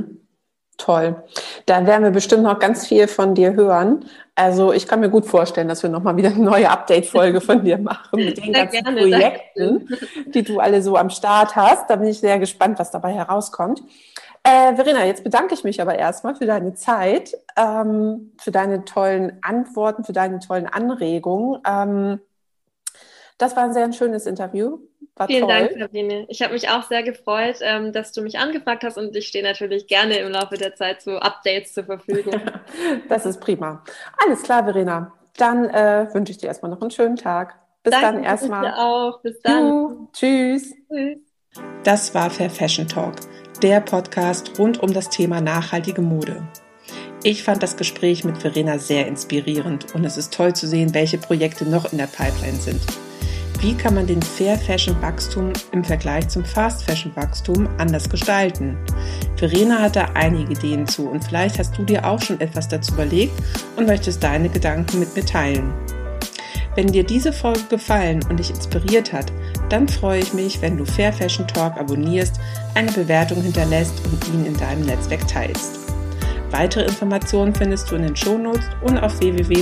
Toll. Da werden wir bestimmt noch ganz viel von dir hören. Also ich kann mir gut vorstellen, dass wir nochmal wieder eine neue Update-Folge von dir machen mit den ganzen Projekten, die du alle so am Start hast. Da bin ich sehr gespannt, was dabei herauskommt. Verena, jetzt bedanke ich mich aber erstmal für deine Zeit, für deine tollen Antworten, für deine tollen Anregungen. Das war ein sehr schönes Interview. Vielen Dank, Sabine. Ich habe mich auch sehr gefreut, dass du mich angefragt hast und ich stehe natürlich gerne im Laufe der Zeit zu Updates zur Verfügung. Das ist prima. Alles klar, Verena. Dann wünsche ich dir erstmal noch einen schönen Tag. Bis dann erstmal. Danke dir auch. Bis dann. Tschüss. Tschüss. Das war Fair Fashion Talk, der Podcast rund um das Thema nachhaltige Mode. Ich fand das Gespräch mit Verena sehr inspirierend und es ist toll zu sehen, welche Projekte noch in der Pipeline sind. Wie kann man den Fair Fashion Wachstum im Vergleich zum Fast Fashion Wachstum anders gestalten? Verena hat da einige Ideen zu und vielleicht hast du dir auch schon etwas dazu überlegt und möchtest deine Gedanken mit mir teilen. Wenn dir diese Folge gefallen und dich inspiriert hat, dann freue ich mich, wenn du Fair Fashion Talk abonnierst, eine Bewertung hinterlässt und ihn in deinem Netzwerk teilst. Weitere Informationen findest du in den Shownotes und auf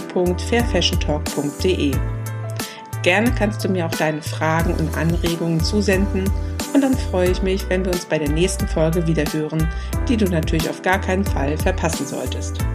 www.fairfashiontalk.de. Gerne kannst du mir auch deine Fragen und Anregungen zusenden und dann freue ich mich, wenn wir uns bei der nächsten Folge wieder hören, die du natürlich auf gar keinen Fall verpassen solltest.